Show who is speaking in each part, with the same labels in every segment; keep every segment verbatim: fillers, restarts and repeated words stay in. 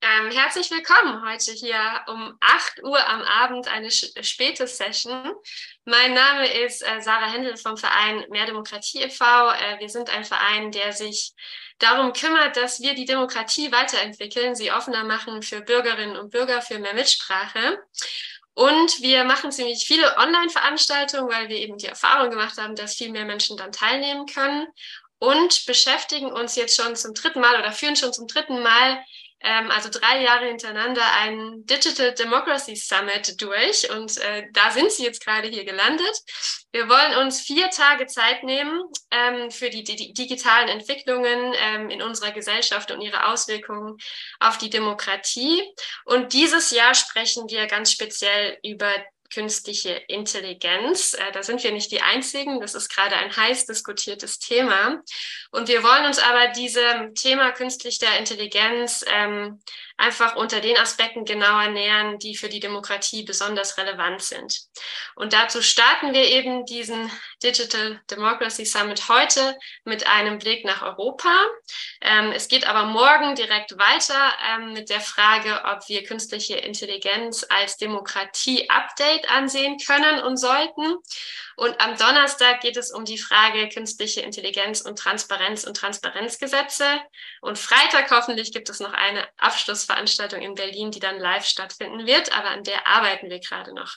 Speaker 1: Ähm, herzlich willkommen heute hier um acht Uhr am Abend, eine späte Session. Mein Name ist äh, Sarah Händel vom Verein Mehr Demokratie e V Äh, wir sind ein Verein, der sich darum kümmert, dass wir die Demokratie weiterentwickeln, sie offener machen für Bürgerinnen und Bürger, für mehr Mitsprache. Und wir machen ziemlich viele Online-Veranstaltungen, weil wir eben die Erfahrung gemacht haben, dass viel mehr Menschen dann teilnehmen können. Und beschäftigen uns jetzt schon zum dritten Mal oder führen schon zum dritten Mal ähm, also drei Jahre hintereinander einen Digital Democracy Summit durch und äh, da sind sie jetzt gerade hier gelandet. Wir wollen uns vier Tage Zeit nehmen ähm, für die, die digitalen Entwicklungen ähm, in unserer Gesellschaft und ihre Auswirkungen auf die Demokratie. Und dieses Jahr sprechen wir ganz speziell über künstliche Intelligenz. Äh, da sind wir nicht die Einzigen. Das ist gerade ein heiß diskutiertes Thema. Und wir wollen uns aber diesem Thema künstlicher Intelligenz ähm, einfach unter den Aspekten genauer nähern, die für die Demokratie besonders relevant sind. Und dazu starten wir eben diesen Digital Democracy Summit heute mit einem Blick nach Europa. Ähm, es geht aber morgen direkt weiter ähm, mit der Frage, ob wir künstliche Intelligenz als Demokratie-Update ansehen können und sollten. Und am Donnerstag geht es um die Frage künstliche Intelligenz und Transparenz und Transparenzgesetze. Und Freitag hoffentlich gibt es noch eine Abschlussveranstaltung in Berlin, die dann live stattfinden wird, aber an der arbeiten wir gerade noch.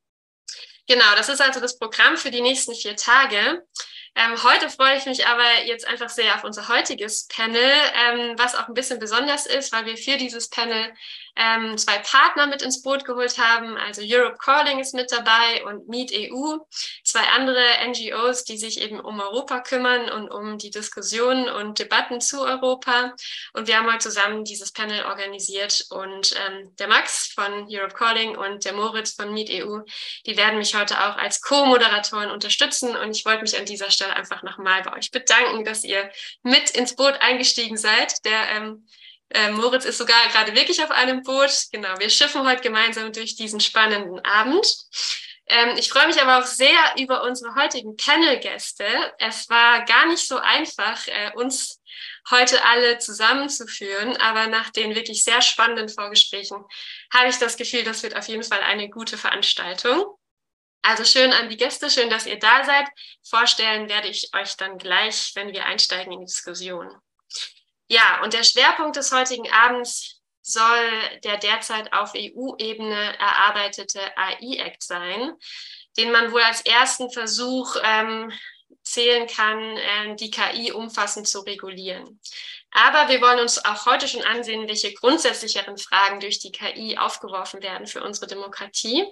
Speaker 1: Genau, das ist also das Programm für die nächsten vier Tage. Ähm, heute freue ich mich aber jetzt einfach sehr auf unser heutiges Panel, ähm, was auch ein bisschen besonders ist, weil wir für dieses Panel ähm, zwei Partner mit ins Boot geholt haben. Also Europe Calling ist mit dabei und Meet E U, zwei andere N G Os, die sich eben um Europa kümmern und um die Diskussionen und Debatten zu Europa. Und wir haben heute zusammen dieses Panel organisiert und ähm, der Max von Europe Calling und der Moritz von Meet E U, die werden mich heute auch als Co-Moderatoren unterstützen und ich wollte mich an dieser Stelle einfach nochmal bei euch bedanken, dass ihr mit ins Boot eingestiegen seid. Der ähm, äh, Moritz ist sogar gerade wirklich auf einem Boot. Genau, wir schiffen heute gemeinsam durch diesen spannenden Abend. Ähm, ich freue mich aber auch sehr über unsere heutigen Panel-Gäste. Es war gar nicht so einfach, äh, uns heute alle zusammenzuführen, aber nach den wirklich sehr spannenden Vorgesprächen habe ich das Gefühl, das wird auf jeden Fall eine gute Veranstaltung. Also schön an die Gäste, schön, dass ihr da seid. Vorstellen werde ich euch dann gleich, wenn wir einsteigen in die Diskussion. Ja, und der Schwerpunkt des heutigen Abends soll der derzeit auf E U-Ebene erarbeitete A I-Act sein, den man wohl als ersten Versuch ähm, zählen kann, äh, die K I umfassend zu regulieren. Aber wir wollen uns auch heute schon ansehen, welche grundsätzlicheren Fragen durch die K I aufgeworfen werden für unsere Demokratie.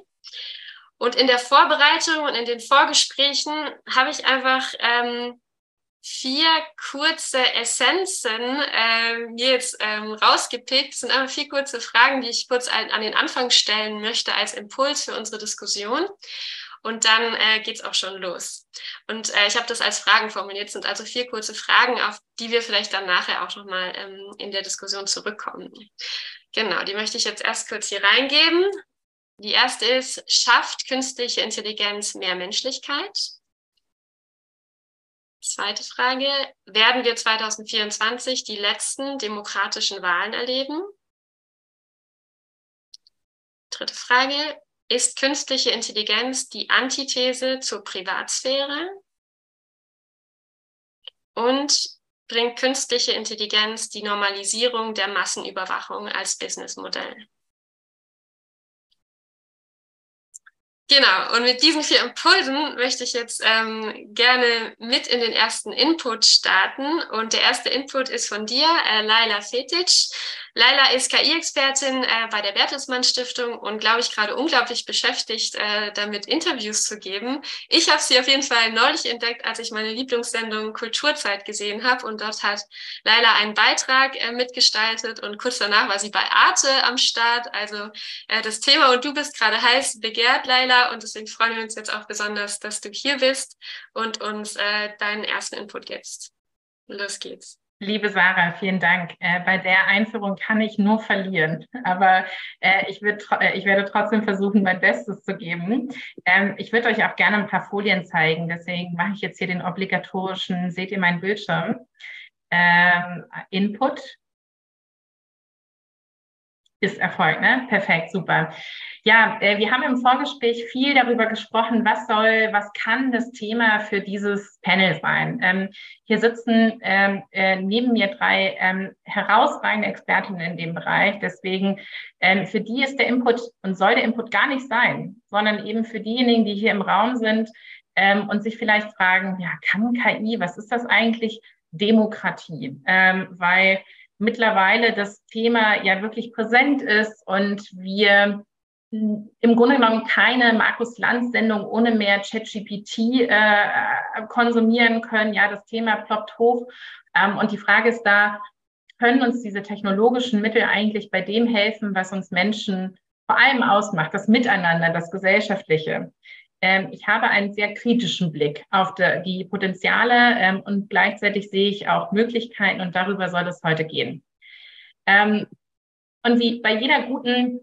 Speaker 1: Und in der Vorbereitung und in den Vorgesprächen habe ich einfach ähm, vier kurze Essenzen äh, mir jetzt ähm, rausgepickt. Das sind einfach vier kurze Fragen, die ich kurz an, an den Anfang stellen möchte als Impuls für unsere Diskussion. Und dann äh, geht es auch schon los. Und äh, ich habe das als Fragen formuliert. Es sind also vier kurze Fragen, auf die wir vielleicht dann nachher auch nochmal ähm, in der Diskussion zurückkommen. Genau, die möchte ich jetzt erst kurz hier reingeben. Die erste ist, schafft künstliche Intelligenz mehr Menschlichkeit? Zweite Frage, werden wir zwanzig vierundzwanzig die letzten demokratischen Wahlen erleben? Dritte Frage, ist künstliche Intelligenz die Antithese zur Privatsphäre? Und bringt künstliche Intelligenz die Normalisierung der Massenüberwachung als Businessmodell? Genau, und mit diesen vier Impulsen möchte ich jetzt ähm, gerne mit in den ersten Input starten. Und der erste Input ist von dir, äh, Laila Fetic. Laila ist K I-Expertin äh, bei der Bertelsmann Stiftung und, glaube ich, gerade unglaublich beschäftigt, äh, damit Interviews zu geben. Ich habe sie auf jeden Fall neulich entdeckt, als ich meine Lieblingssendung Kulturzeit gesehen habe. Und dort hat Laila einen Beitrag äh, mitgestaltet und kurz danach war sie bei Arte am Start. Also äh, das Thema und du bist gerade heiß begehrt, Laila. Und deswegen freuen wir uns jetzt auch besonders, dass du hier bist und uns äh, deinen ersten Input gibst. Los geht's.
Speaker 2: Liebe Sarah, vielen Dank. Äh, bei der Einführung kann ich nur verlieren, aber äh, ich, würd, äh, ich werde trotzdem versuchen, mein Bestes zu geben. Ähm, ich würde euch auch gerne ein paar Folien zeigen, deswegen mache ich jetzt hier den obligatorischen, seht ihr meinen Bildschirm, ähm, Input. Ist Erfolg, ne? Perfekt, super. Ja, äh, wir haben im Vorgespräch viel darüber gesprochen, was soll, was kann das Thema für dieses Panel sein. Ähm, hier sitzen ähm, äh, neben mir drei ähm, herausragende Expertinnen in dem Bereich. Deswegen, ähm, für die ist der Input und soll der Input gar nicht sein, sondern eben für diejenigen, die hier im Raum sind ähm, und sich vielleicht fragen, ja, kann K I, was ist das eigentlich? Demokratie, ähm, weil mittlerweile das Thema ja wirklich präsent ist und wir im Grunde genommen keine Markus-Lanz-Sendung ohne mehr ChatGPT äh, konsumieren können. Ja, das Thema ploppt hoch. Ähm, und die Frage ist da, können uns diese technologischen Mittel eigentlich bei dem helfen, was uns Menschen vor allem ausmacht, das Miteinander, das Gesellschaftliche? Ähm, ich habe einen sehr kritischen Blick auf die, die Potenziale ähm, und gleichzeitig sehe ich auch Möglichkeiten und darüber soll es heute gehen. Ähm, und wie bei jeder guten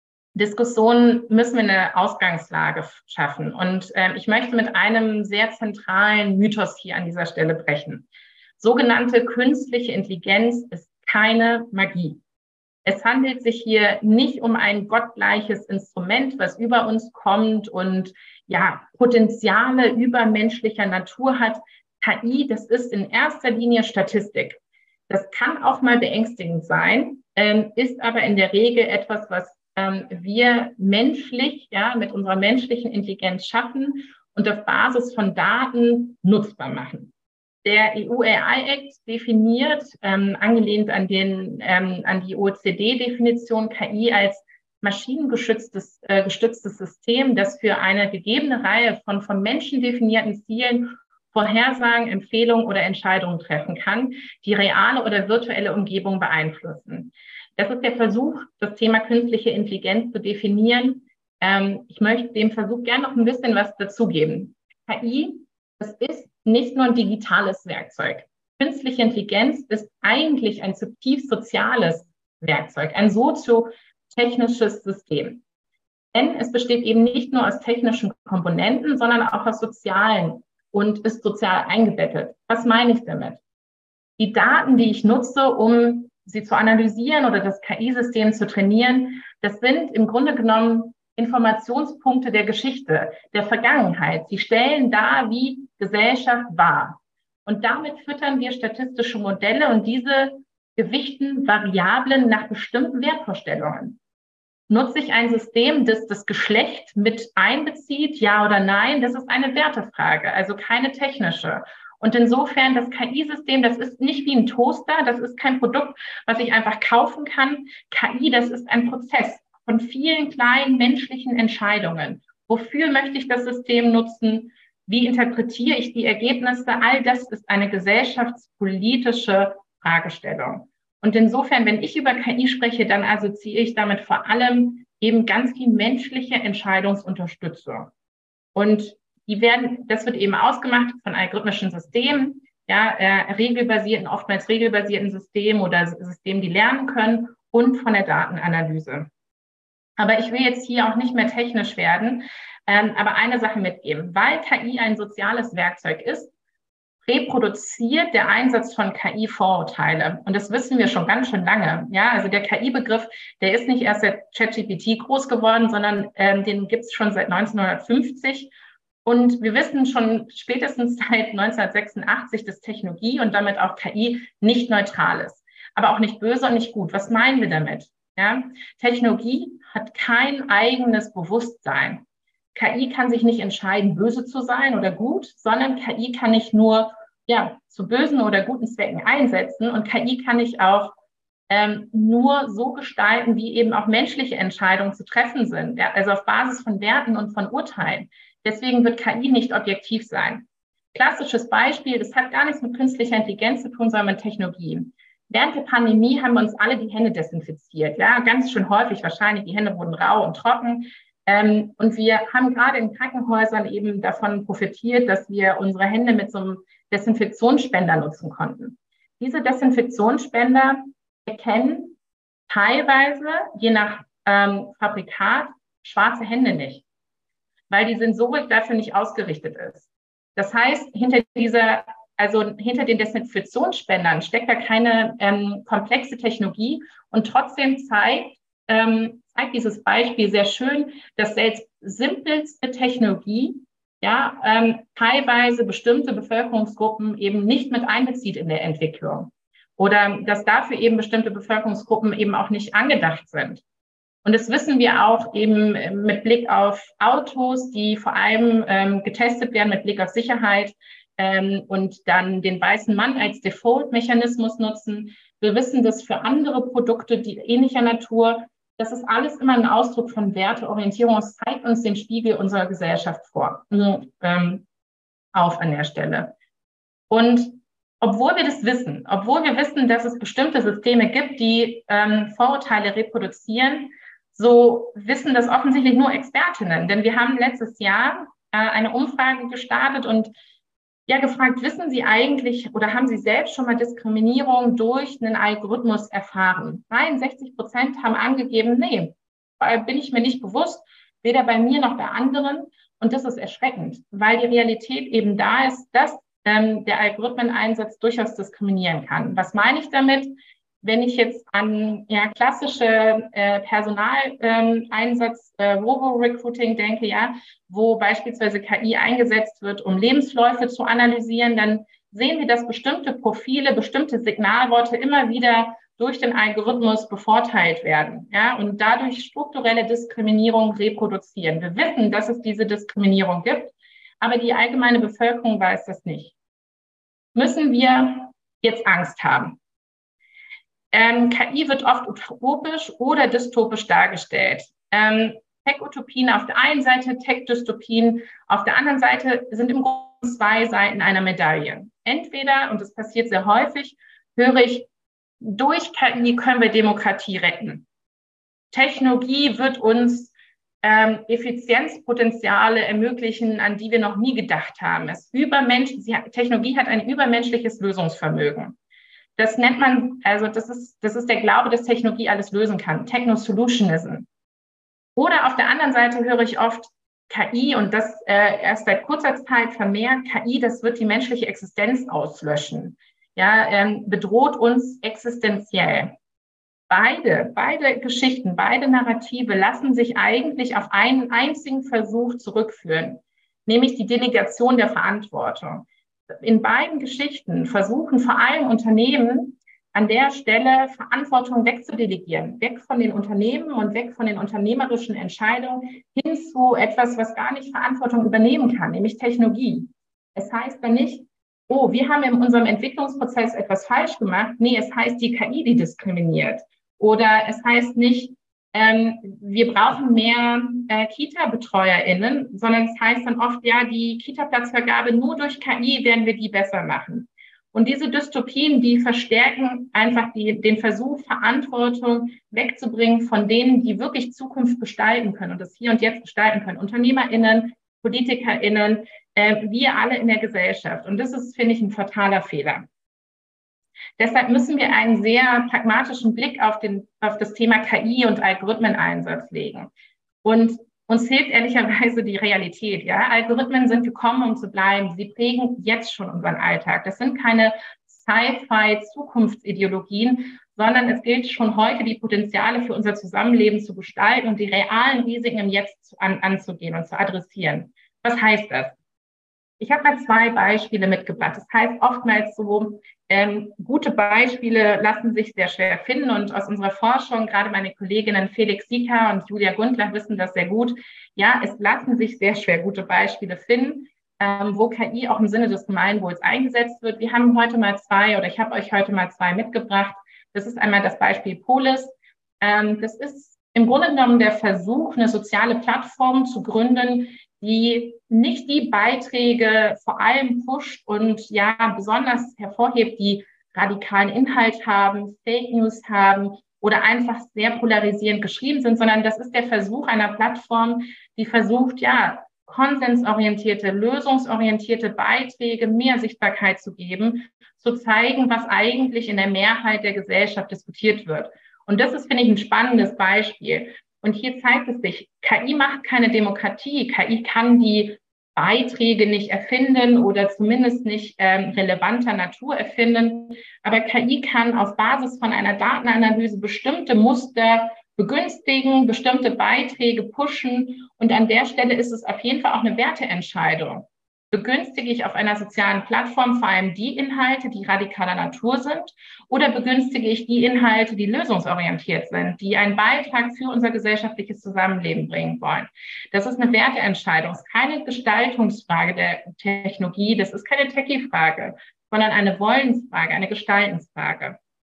Speaker 2: Diskussion müssen wir eine Ausgangslage schaffen. Und ähm, ich möchte mit einem sehr zentralen Mythos hier an dieser Stelle brechen. Sogenannte künstliche Intelligenz ist keine Magie. Es handelt sich hier nicht um ein gottgleiches Instrument, was über uns kommt und ja, Potenziale übermenschlicher Natur hat. K I, das ist in erster Linie Statistik. Das kann auch mal beängstigend sein, ähm, ist aber in der Regel etwas, was ähm, wir menschlich, ja, mit unserer menschlichen Intelligenz schaffen und auf Basis von Daten nutzbar machen. Der E U A I Act definiert, ähm, angelehnt an, den, ähm, an die O E C D-Definition, K I als maschinengestütztes äh, gestütztes System, das für eine gegebene Reihe von von Menschen definierten Zielen Vorhersagen, Empfehlungen oder Entscheidungen treffen kann, die reale oder virtuelle Umgebung beeinflussen. Das ist der Versuch, das Thema künstliche Intelligenz zu definieren. Ähm, ich möchte dem Versuch gerne noch ein bisschen was dazugeben. K I, das ist nicht nur ein digitales Werkzeug. Künstliche Intelligenz ist eigentlich ein zutiefst soziales Werkzeug, ein soziotechnisches System. Denn es besteht eben nicht nur aus technischen Komponenten, sondern auch aus sozialen und ist sozial eingebettet. Was meine ich damit? Die Daten, die ich nutze, um sie zu analysieren oder das K I-System zu trainieren, das sind im Grunde genommen Informationspunkte der Geschichte, der Vergangenheit. Sie stellen dar, wie Gesellschaft war. Und damit füttern wir statistische Modelle und diese gewichten Variablen nach bestimmten Wertvorstellungen. Nutze ich ein System, das das Geschlecht mit einbezieht, ja oder nein? Das ist eine Wertefrage, also keine technische. Und insofern, das K I-System, das ist nicht wie ein Toaster, das ist kein Produkt, was ich einfach kaufen kann. K I, das ist ein Prozess von vielen kleinen menschlichen Entscheidungen. Wofür möchte ich das System nutzen? Wie interpretiere ich die Ergebnisse? All das ist eine gesellschaftspolitische Fragestellung. Und insofern, wenn ich über K I spreche, dann assoziiere ich damit vor allem eben ganz viel menschliche Entscheidungsunterstützung. Und die werden, das wird eben ausgemacht von algorithmischen Systemen, ja, äh, regelbasierten, oftmals regelbasierten Systemen oder Systemen, die lernen können und von der Datenanalyse. Aber ich will jetzt hier auch nicht mehr technisch werden, ähm, aber eine Sache mitgeben. Weil K I ein soziales Werkzeug ist, reproduziert der Einsatz von K I Vorurteile. Und das wissen wir schon ganz schön lange. Ja, also der K I-Begriff, der ist nicht erst seit ChatGPT groß geworden, sondern ähm, den gibt es schon seit neunzehnhundertfünfzig. Und wir wissen schon spätestens seit neunzehnhundertsechsundachtzig, dass Technologie und damit auch K I nicht neutral ist, aber auch nicht böse und nicht gut. Was meinen wir damit? Ja? Technologie hat kein eigenes Bewusstsein. K I kann sich nicht entscheiden, böse zu sein oder gut, sondern K I kann ich nur ja, zu bösen oder guten Zwecken einsetzen. Und K I kann ich auch ähm, nur so gestalten, wie eben auch menschliche Entscheidungen zu treffen sind. Ja? Also auf Basis von Werten und von Urteilen. Deswegen wird K I nicht objektiv sein. Klassisches Beispiel, das hat gar nichts mit künstlicher Intelligenz zu tun, sondern mit Technologie. Während der Pandemie haben wir uns alle die Hände desinfiziert. Ja, ganz schön häufig wahrscheinlich. Die Hände wurden rau und trocken. Ähm, und wir haben gerade in Krankenhäusern eben davon profitiert, dass wir unsere Hände mit so einem Desinfektionsspender nutzen konnten. Diese Desinfektionsspender erkennen teilweise, je nach ähm, Fabrikat, schwarze Hände nicht, weil die Sensorik dafür nicht ausgerichtet ist. Das heißt, hinter dieser, also hinter den Desinfektionsspendern steckt da keine ähm, komplexe Technologie und trotzdem zeigt ähm, zeigt dieses Beispiel sehr schön, dass selbst simpelste Technologie ja, ähm, teilweise bestimmte Bevölkerungsgruppen eben nicht mit einbezieht in der Entwicklung oder dass dafür eben bestimmte Bevölkerungsgruppen eben auch nicht angedacht sind. Und das wissen wir auch eben mit Blick auf Autos, die vor allem ähm, getestet werden mit Blick auf Sicherheit ähm, und dann den weißen Mann als Default-Mechanismus nutzen. Wir wissen das für andere Produkte, die ähnlicher Natur. Das ist alles immer ein Ausdruck von Werteorientierung. Es zeigt uns den Spiegel unserer Gesellschaft vor, ähm, auf an der Stelle. Und obwohl wir das wissen, obwohl wir wissen, dass es bestimmte Systeme gibt, die ähm, Vorurteile reproduzieren, so wissen das offensichtlich nur Expertinnen. Denn wir haben letztes Jahr äh, eine Umfrage gestartet und ja gefragt, wissen Sie eigentlich oder haben Sie selbst schon mal Diskriminierung durch einen Algorithmus erfahren? dreiundsechzig Prozent haben angegeben, nee, bin ich mir nicht bewusst, weder bei mir noch bei anderen. Und das ist erschreckend, weil die Realität eben da ist, dass ähm, der Algorithmeneinsatz durchaus diskriminieren kann. Was meine ich damit? Wenn ich jetzt an ja, klassische äh, Personaleinsatz, äh, Robo-Recruiting denke, ja, wo beispielsweise K I eingesetzt wird, um Lebensläufe zu analysieren, dann sehen wir, dass bestimmte Profile, bestimmte Signalworte immer wieder durch den Algorithmus bevorteilt werden, ja, und dadurch strukturelle Diskriminierung reproduzieren. Wir wissen, dass es diese Diskriminierung gibt, aber die allgemeine Bevölkerung weiß das nicht. Müssen wir jetzt Angst haben? Ähm, K I wird oft utopisch oder dystopisch dargestellt. Ähm, Tech-Utopien auf der einen Seite, Tech-Dystopien auf der anderen Seite sind im Grunde zwei Seiten einer Medaille. Entweder, und das passiert sehr häufig, höre ich, durch K I können wir Demokratie retten. Technologie wird uns ähm, Effizienzpotenziale ermöglichen, an die wir noch nie gedacht haben. Es Übermensch, sie hat, Technologie hat ein übermenschliches Lösungsvermögen. Das nennt man, also das ist, das ist der Glaube, dass Technologie alles lösen kann, Technosolutionism. Oder auf der anderen Seite höre ich oft K I, und das äh, erst seit kurzer Zeit vermehrt, K I, das wird die menschliche Existenz auslöschen, ja, ähm, bedroht uns existenziell. Beide, beide Geschichten, beide Narrative lassen sich eigentlich auf einen einzigen Versuch zurückführen, nämlich die Delegation der Verantwortung. In beiden Geschichten versuchen vor allem Unternehmen an der Stelle Verantwortung wegzudelegieren, weg von den Unternehmen und weg von den unternehmerischen Entscheidungen hin zu etwas, was gar nicht Verantwortung übernehmen kann, nämlich Technologie. Es heißt dann nicht, oh, wir haben in unserem Entwicklungsprozess etwas falsch gemacht. Nee, es heißt die K I, die diskriminiert. Oder es heißt nicht, ähm, wir brauchen mehr äh, Kita-BetreuerInnen, sondern es heißt dann oft, ja, die Kita-Platzvergabe nur durch K I werden wir die besser machen. Und diese Dystopien, die verstärken einfach die, den Versuch, Verantwortung wegzubringen von denen, die wirklich Zukunft gestalten können und das Hier und Jetzt gestalten können. UnternehmerInnen, PolitikerInnen, äh, wir alle in der Gesellschaft. Und das ist, finde ich, ein fataler Fehler. Deshalb müssen wir einen sehr pragmatischen Blick auf, den, auf das Thema K I und Algorithmeneinsatz legen. Und uns hilft ehrlicherweise die Realität. Ja? Algorithmen sind gekommen, um zu bleiben. Sie prägen jetzt schon unseren Alltag. Das sind keine Sci-Fi-Zukunftsideologien, sondern es gilt schon heute, die Potenziale für unser Zusammenleben zu gestalten und die realen Risiken im Jetzt an, anzugehen und zu adressieren. Was heißt das? Ich habe mal zwei Beispiele mitgebracht. Das heißt oftmals so, ähm, gute Beispiele lassen sich sehr schwer finden. Und aus unserer Forschung, gerade meine Kolleginnen Felix Sieker und Julia Gundlach wissen das sehr gut. Ja, es lassen sich sehr schwer gute Beispiele finden, ähm, wo K I auch im Sinne des Gemeinwohls eingesetzt wird. Wir haben heute mal zwei, oder ich habe euch heute mal zwei mitgebracht. Das ist einmal das Beispiel Polis. Ähm, das ist im Grunde genommen der Versuch, eine soziale Plattform zu gründen, die nicht die Beiträge vor allem pusht und ja besonders hervorhebt, die radikalen Inhalt haben, Fake News haben oder einfach sehr polarisierend geschrieben sind, sondern das ist der Versuch einer Plattform, die versucht, ja, konsensorientierte, lösungsorientierte Beiträge mehr Sichtbarkeit zu geben, zu zeigen, was eigentlich in der Mehrheit der Gesellschaft diskutiert wird. Und das ist, finde ich, ein spannendes Beispiel. Und hier zeigt es sich, K I macht keine Demokratie. K I kann die Beiträge nicht erfinden oder zumindest nicht ähm, relevanter Natur erfinden. Aber K I kann auf Basis von einer Datenanalyse bestimmte Muster, begünstigen, bestimmte Beiträge pushen. Und an der Stelle ist es auf jeden Fall auch eine Werteentscheidung. Begünstige ich auf einer sozialen Plattform vor allem die Inhalte, die radikaler Natur sind, oder begünstige ich die Inhalte, die lösungsorientiert sind, die einen Beitrag für unser gesellschaftliches Zusammenleben bringen wollen? Das ist eine Werteentscheidung, es ist keine Gestaltungsfrage der Technologie, das ist keine Techie-Frage, sondern eine Wollensfrage, eine Gestaltensfrage.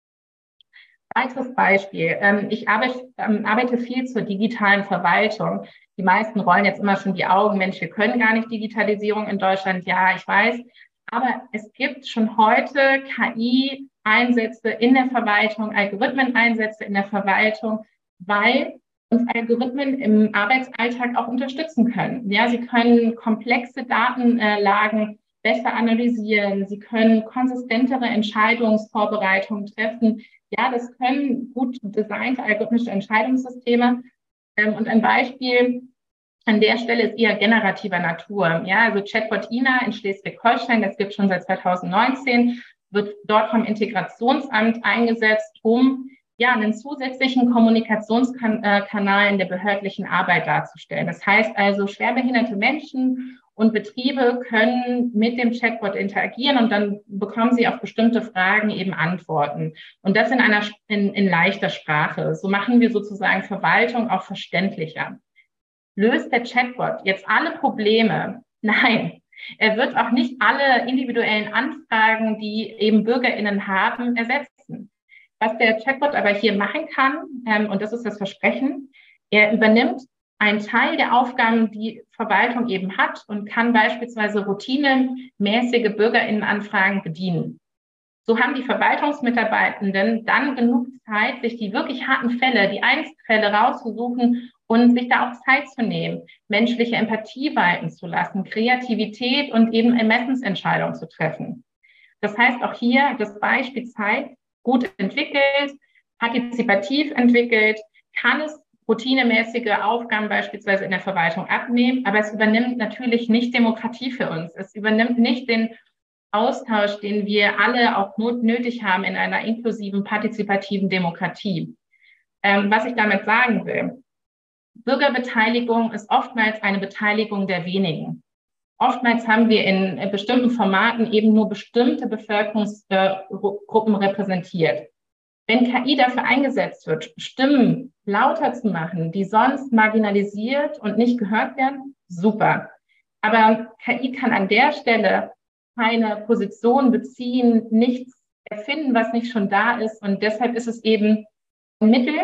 Speaker 2: Weiteres Beispiel. Ich arbeite viel zur digitalen Verwaltung. Die meisten rollen jetzt immer schon die Augen, Mensch, wir können gar nicht Digitalisierung in Deutschland. Ja, ich weiß. Aber es gibt schon heute K I-Einsätze in der Verwaltung, Algorithmen-Einsätze in der Verwaltung, weil uns Algorithmen im Arbeitsalltag auch unterstützen können. Ja, sie können komplexe Datenlagen besser analysieren. Sie können konsistentere Entscheidungsvorbereitungen treffen. Ja, das können gut designte algorithmische Entscheidungssysteme. Und ein Beispiel an der Stelle ist eher generativer Natur. Ja, also Chatbot Ina in Schleswig-Holstein, das gibt es schon seit zweitausendneunzehn, wird dort vom Integrationsamt eingesetzt, um ja einen zusätzlichen Kommunikationskanal in der behördlichen Arbeit darzustellen. Das heißt also, schwerbehinderte Menschen und Betriebe können mit dem Chatbot interagieren und dann bekommen sie auf bestimmte Fragen eben Antworten. Und das in einer in, in leichter Sprache. So machen wir sozusagen Verwaltung auch verständlicher. Löst der Chatbot jetzt alle Probleme? Nein. Er wird auch nicht alle individuellen Anfragen, die eben BürgerInnen haben, ersetzen. Was der Chatbot aber hier machen kann, ähm, und das ist das Versprechen, er übernimmt einen Teil der Aufgaben, die Verwaltung eben hat und kann beispielsweise routinemäßige BürgerInnenanfragen bedienen. So haben die Verwaltungsmitarbeitenden dann genug Zeit, sich die wirklich harten Fälle, die Einzelfälle rauszusuchen und sich da auch Zeit zu nehmen, menschliche Empathie walten zu lassen, Kreativität und eben Ermessensentscheidungen zu treffen. Das heißt, auch hier das Beispiel zeigt, gut entwickelt, partizipativ entwickelt, kann es routinemäßige Aufgaben beispielsweise in der Verwaltung abnehmen, aber es übernimmt natürlich nicht Demokratie für uns. Es übernimmt nicht den Austausch, den wir alle auch nötig haben in einer inklusiven, partizipativen Demokratie. Ähm, was ich damit sagen will, Bürgerbeteiligung ist oftmals eine Beteiligung der wenigen. Oftmals haben wir in bestimmten Formaten eben nur bestimmte Bevölkerungsgruppen repräsentiert. Wenn K I dafür eingesetzt wird, Stimmen lauter zu machen, die sonst marginalisiert und nicht gehört werden, super. Aber K I kann an der Stelle keine Position beziehen, nichts erfinden, was nicht schon da ist. Und deshalb ist es eben ein Mittel,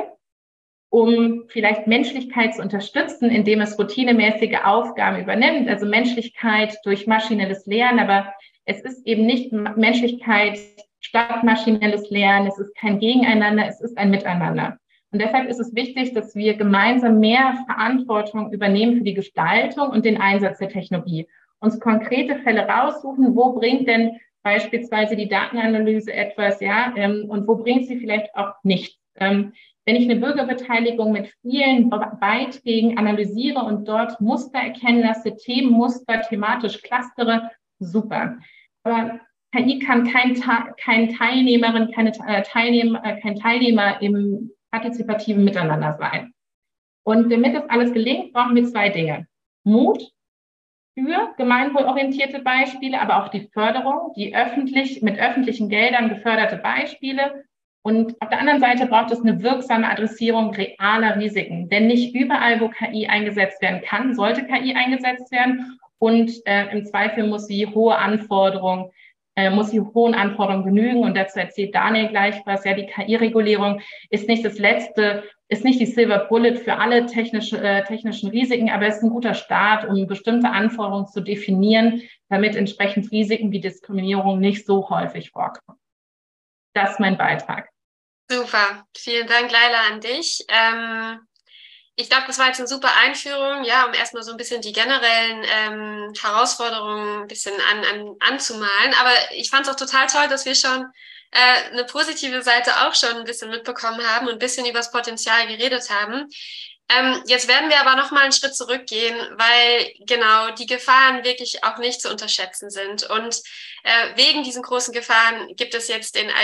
Speaker 2: um vielleicht Menschlichkeit zu unterstützen, indem es routinemäßige Aufgaben übernimmt, also Menschlichkeit durch maschinelles Lernen. Aber es ist eben nicht Menschlichkeit statt maschinelles Lernen, es ist kein Gegeneinander, es ist ein Miteinander. Und deshalb ist es wichtig, dass wir gemeinsam mehr Verantwortung übernehmen für die Gestaltung und den Einsatz der Technologie. Uns konkrete Fälle raussuchen, wo bringt denn beispielsweise die Datenanalyse etwas, ja, ähm, und wo bringt sie vielleicht auch nichts. Ähm, wenn ich eine Bürgerbeteiligung mit vielen Beiträgen analysiere und dort Muster erkennen lasse, Themenmuster thematisch clustere, super. Aber K I kann kein, kein Teilnehmerin, keine Teilnehmer, kein Teilnehmer im partizipativen Miteinander sein. Und damit das alles gelingt, brauchen wir zwei Dinge. Mut für gemeinwohlorientierte Beispiele, aber auch die Förderung, die öffentlich, mit öffentlichen Geldern geförderte Beispiele. Und auf der anderen Seite braucht es eine wirksame Adressierung realer Risiken. Denn nicht überall, wo K I eingesetzt werden kann, sollte K I eingesetzt werden. Und äh, im Zweifel muss sie hohe Anforderungen muss die hohen Anforderungen genügen. Und dazu erzählt Daniel gleich was. Ja, die K I-Regulierung ist nicht das letzte, ist nicht die Silver Bullet für alle technische, äh, technischen Risiken, aber es ist ein guter Start, um bestimmte Anforderungen zu definieren, damit entsprechend Risiken wie Diskriminierung nicht so häufig vorkommen. Das ist mein Beitrag.
Speaker 1: Super. Vielen Dank, Laila, an dich. Ähm Ich glaube, das war jetzt eine super Einführung, ja, um erstmal so ein bisschen die generellen ähm, Herausforderungen ein bisschen an, an, anzumalen. Aber ich fand es auch total toll, dass wir schon äh, eine positive Seite auch schon ein bisschen mitbekommen haben und ein bisschen über das Potenzial geredet haben. Ähm, jetzt werden wir aber noch mal einen Schritt zurückgehen, weil genau die Gefahren wirklich auch nicht zu unterschätzen sind. Und äh, wegen diesen großen Gefahren gibt es jetzt den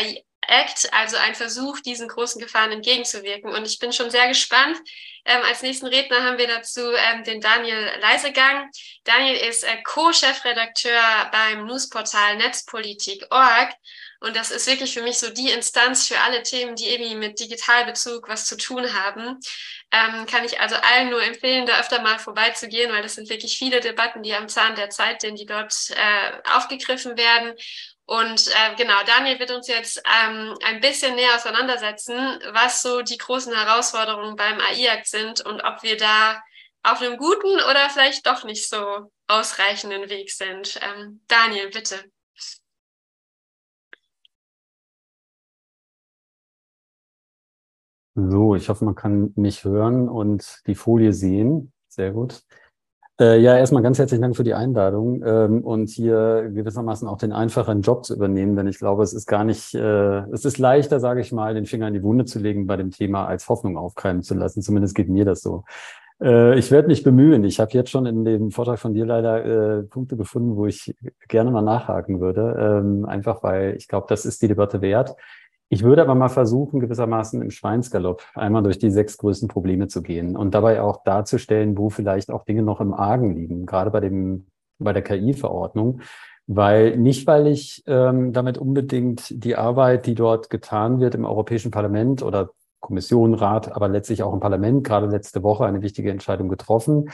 Speaker 1: Act, also ein Versuch, diesen großen Gefahren entgegenzuwirken. Und ich bin schon sehr gespannt. Ähm, als nächsten Redner haben wir dazu ähm, den Daniel Leisegang. Daniel ist äh, Co-Chefredakteur beim Newsportal Netzpolitik Punkt org. Und das ist wirklich für mich so die Instanz für alle Themen, die irgendwie mit Digitalbezug was zu tun haben. Ähm, kann ich also allen nur empfehlen, da öfter mal vorbeizugehen, weil das sind wirklich viele Debatten, die am Zahn der Zeit sind, die dort äh, aufgegriffen werden. Und äh, genau, Daniel wird uns jetzt ähm, ein bisschen näher auseinandersetzen, was so die großen Herausforderungen beim A I-Akt sind und ob wir da auf einem guten oder vielleicht doch nicht so ausreichenden Weg sind. Ähm, Daniel, bitte.
Speaker 3: So, ich hoffe, man kann mich hören und die Folie sehen. Sehr gut. Äh, ja, erstmal ganz herzlichen Dank für die Einladung ähm, und hier gewissermaßen auch den einfachen Job zu übernehmen, denn ich glaube, es ist gar nicht, äh, es ist leichter, sage ich mal, den Finger in die Wunde zu legen bei dem Thema, als Hoffnung aufkeimen zu lassen. Zumindest geht mir das so. Äh, ich werde mich bemühen. Ich habe jetzt schon in dem Vortrag von dir leider äh, Punkte gefunden, wo ich gerne mal nachhaken würde, ähm, einfach weil ich glaube, das ist die Debatte wert. Ich würde aber mal versuchen, gewissermaßen im Schweinsgalopp einmal durch die sechs größten Probleme zu gehen und dabei auch darzustellen, wo vielleicht auch Dinge noch im Argen liegen, gerade bei dem, bei der K I-Verordnung. Weil nicht, weil ich ähm, damit unbedingt die Arbeit, die dort getan wird im Europäischen Parlament oder Kommission, Rat, aber letztlich auch im Parlament, gerade letzte Woche eine wichtige Entscheidung getroffen,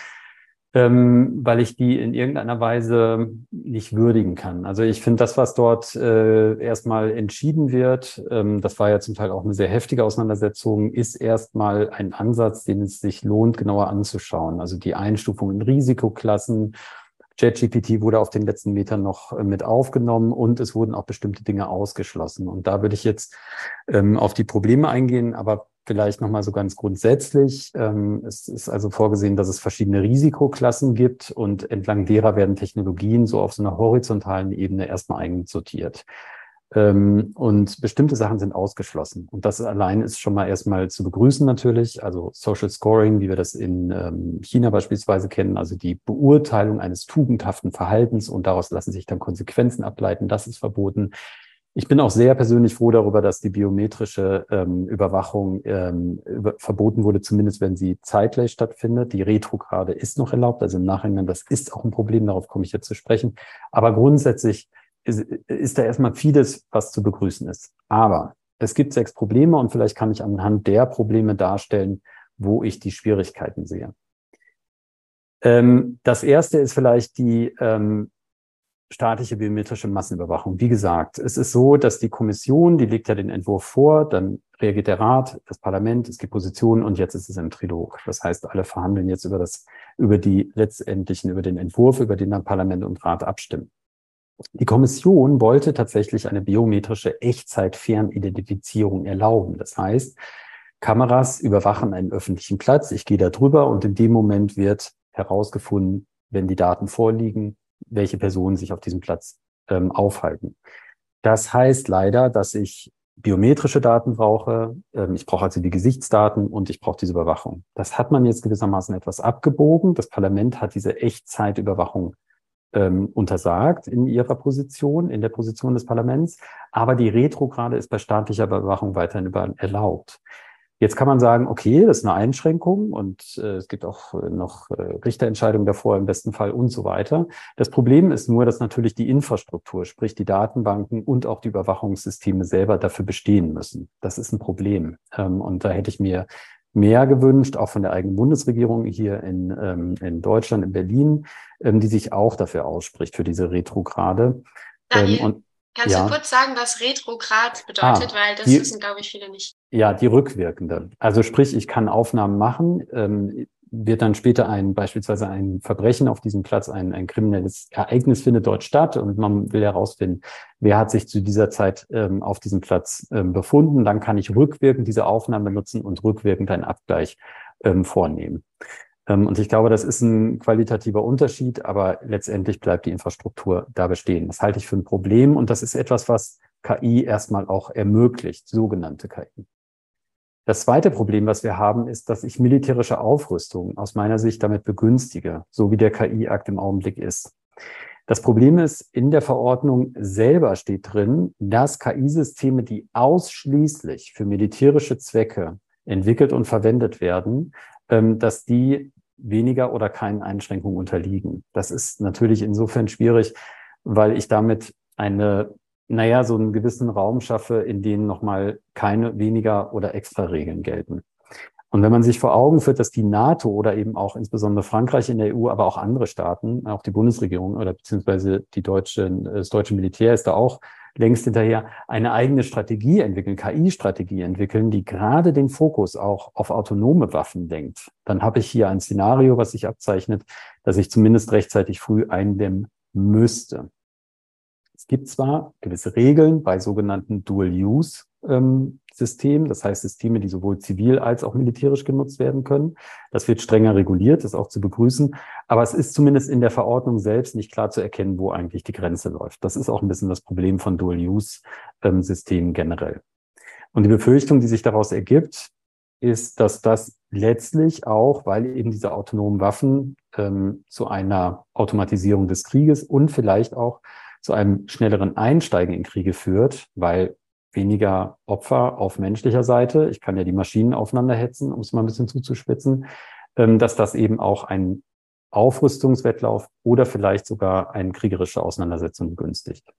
Speaker 3: ähm, weil ich die in irgendeiner Weise nicht würdigen kann. Also ich finde das, was dort äh, erstmal entschieden wird, ähm, das war ja zum Teil auch eine sehr heftige Auseinandersetzung, ist erstmal ein Ansatz, den es sich lohnt, genauer anzuschauen. Also die Einstufung in Risikoklassen. ChatGPT wurde auf den letzten Metern noch äh, mit aufgenommen und es wurden auch bestimmte Dinge ausgeschlossen. Und da würde ich jetzt ähm, auf die Probleme eingehen, aber vielleicht nochmal so ganz grundsätzlich. Ähm, es ist also vorgesehen, dass es verschiedene Risikoklassen gibt und entlang derer werden Technologien so auf so einer horizontalen Ebene erstmal einsortiert. Ähm, und bestimmte Sachen sind ausgeschlossen. Und das allein ist schon mal erstmal zu begrüßen natürlich. Also Social Scoring, wie wir das in ähm, China beispielsweise kennen, also die Beurteilung eines tugendhaften Verhaltens und daraus lassen sich dann Konsequenzen ableiten. Das ist verboten. Ich bin auch sehr persönlich froh darüber, dass die biometrische ähm, Überwachung ähm, über, verboten wurde, zumindest wenn sie zeitgleich stattfindet. Die Retrograde ist noch erlaubt, also im Nachhinein, das ist auch ein Problem, darauf komme ich jetzt zu sprechen. Aber grundsätzlich ist, ist da erstmal vieles, was zu begrüßen ist. Aber es gibt sechs Probleme und vielleicht kann ich anhand der Probleme darstellen, wo ich die Schwierigkeiten sehe. Ähm, das erste ist vielleicht die ähm, staatliche biometrische Massenüberwachung. Wie gesagt, es ist so, dass die Kommission, die legt ja den Entwurf vor, dann reagiert der Rat, das Parlament, es gibt Positionen und jetzt ist es im Trilog. Das heißt, alle verhandeln jetzt über das, über die letztendlichen, über den Entwurf, über den dann Parlament und Rat abstimmen. Die Kommission wollte tatsächlich eine biometrische Echtzeit-Fernidentifizierung erlauben. Das heißt, Kameras überwachen einen öffentlichen Platz, ich gehe da drüber und in dem Moment wird herausgefunden, wenn die Daten vorliegen, welche Personen sich auf diesem Platz ähm, aufhalten. Das heißt leider, dass ich biometrische Daten brauche, ähm, ich brauche also die Gesichtsdaten und ich brauche diese Überwachung. Das hat man jetzt gewissermaßen etwas abgebogen. Das Parlament hat diese Echtzeitüberwachung ähm, untersagt in ihrer Position, in der Position des Parlaments, aber die Retrograde ist bei staatlicher Überwachung weiterhin überall erlaubt. Jetzt kann man sagen, okay, das ist eine Einschränkung und äh, es gibt auch äh, noch äh, Richterentscheidungen davor im besten Fall und so weiter. Das Problem ist nur, dass natürlich die Infrastruktur, sprich die Datenbanken und auch die Überwachungssysteme selber dafür bestehen müssen. Das ist ein Problem. Ähm, und da hätte ich mir mehr gewünscht, auch von der eigenen Bundesregierung hier in, ähm, in Deutschland, in Berlin, ähm, die sich auch dafür ausspricht, für diese Retrograde.
Speaker 1: Daniel,
Speaker 3: Ähm, und
Speaker 1: kannst
Speaker 3: ja.
Speaker 1: du kurz sagen, was Retrograd bedeutet?
Speaker 3: Ah,
Speaker 1: weil das
Speaker 3: die,
Speaker 1: wissen, glaube ich, viele nicht.
Speaker 3: Ja, die rückwirkende. Also sprich, ich kann Aufnahmen machen, ähm, wird dann später ein beispielsweise ein Verbrechen auf diesem Platz, ein, ein kriminelles Ereignis findet dort statt und man will herausfinden, wer hat sich zu dieser Zeit ähm, auf diesem Platz ähm, befunden. Dann kann ich rückwirkend diese Aufnahmen benutzen und rückwirkend einen Abgleich ähm, vornehmen. Ähm, und ich glaube, das ist ein qualitativer Unterschied, aber letztendlich bleibt die Infrastruktur da bestehen. Das halte ich für ein Problem und das ist etwas, was K I erstmal auch ermöglicht, sogenannte K I. Das zweite Problem, was wir haben, ist, dass ich militärische Aufrüstung aus meiner Sicht damit begünstige, so wie der K I-Akt im Augenblick ist. Das Problem ist, in der Verordnung selber steht drin, dass K I-Systeme, die ausschließlich für militärische Zwecke entwickelt und verwendet werden, dass die weniger oder keinen Einschränkungen unterliegen. Das ist natürlich insofern schwierig, weil ich damit eine, naja, so einen gewissen Raum schaffe, in dem nochmal keine weniger oder extra Regeln gelten. Und wenn man sich vor Augen führt, dass die NATO oder eben auch insbesondere Frankreich in der E U, aber auch andere Staaten, auch die Bundesregierung oder beziehungsweise die deutsche, das deutsche Militär ist da auch längst hinterher, eine eigene Strategie entwickeln, K I-Strategie entwickeln, die gerade den Fokus auch auf autonome Waffen lenkt, dann habe ich hier ein Szenario, was sich abzeichnet, dass ich zumindest rechtzeitig früh eindämmen müsste. Es gibt zwar gewisse Regeln bei sogenannten Dual-Use-Systemen, das heißt Systeme, die sowohl zivil als auch militärisch genutzt werden können. Das wird strenger reguliert, ist auch zu begrüßen. Aber es ist zumindest in der Verordnung selbst nicht klar zu erkennen, wo eigentlich die Grenze läuft. Das ist auch ein bisschen das Problem von Dual-Use-Systemen generell. Und die Befürchtung, die sich daraus ergibt, ist, dass das letztlich auch, weil eben diese autonomen Waffen ähm, zu einer Automatisierung des Krieges und vielleicht auch zu einem schnelleren Einsteigen in Kriege führt, weil weniger Opfer auf menschlicher Seite, ich kann ja die Maschinen aufeinander hetzen, um es mal ein bisschen zuzuspitzen, dass das eben auch ein Aufrüstungswettlauf oder vielleicht sogar eine kriegerische Auseinandersetzung begünstigt.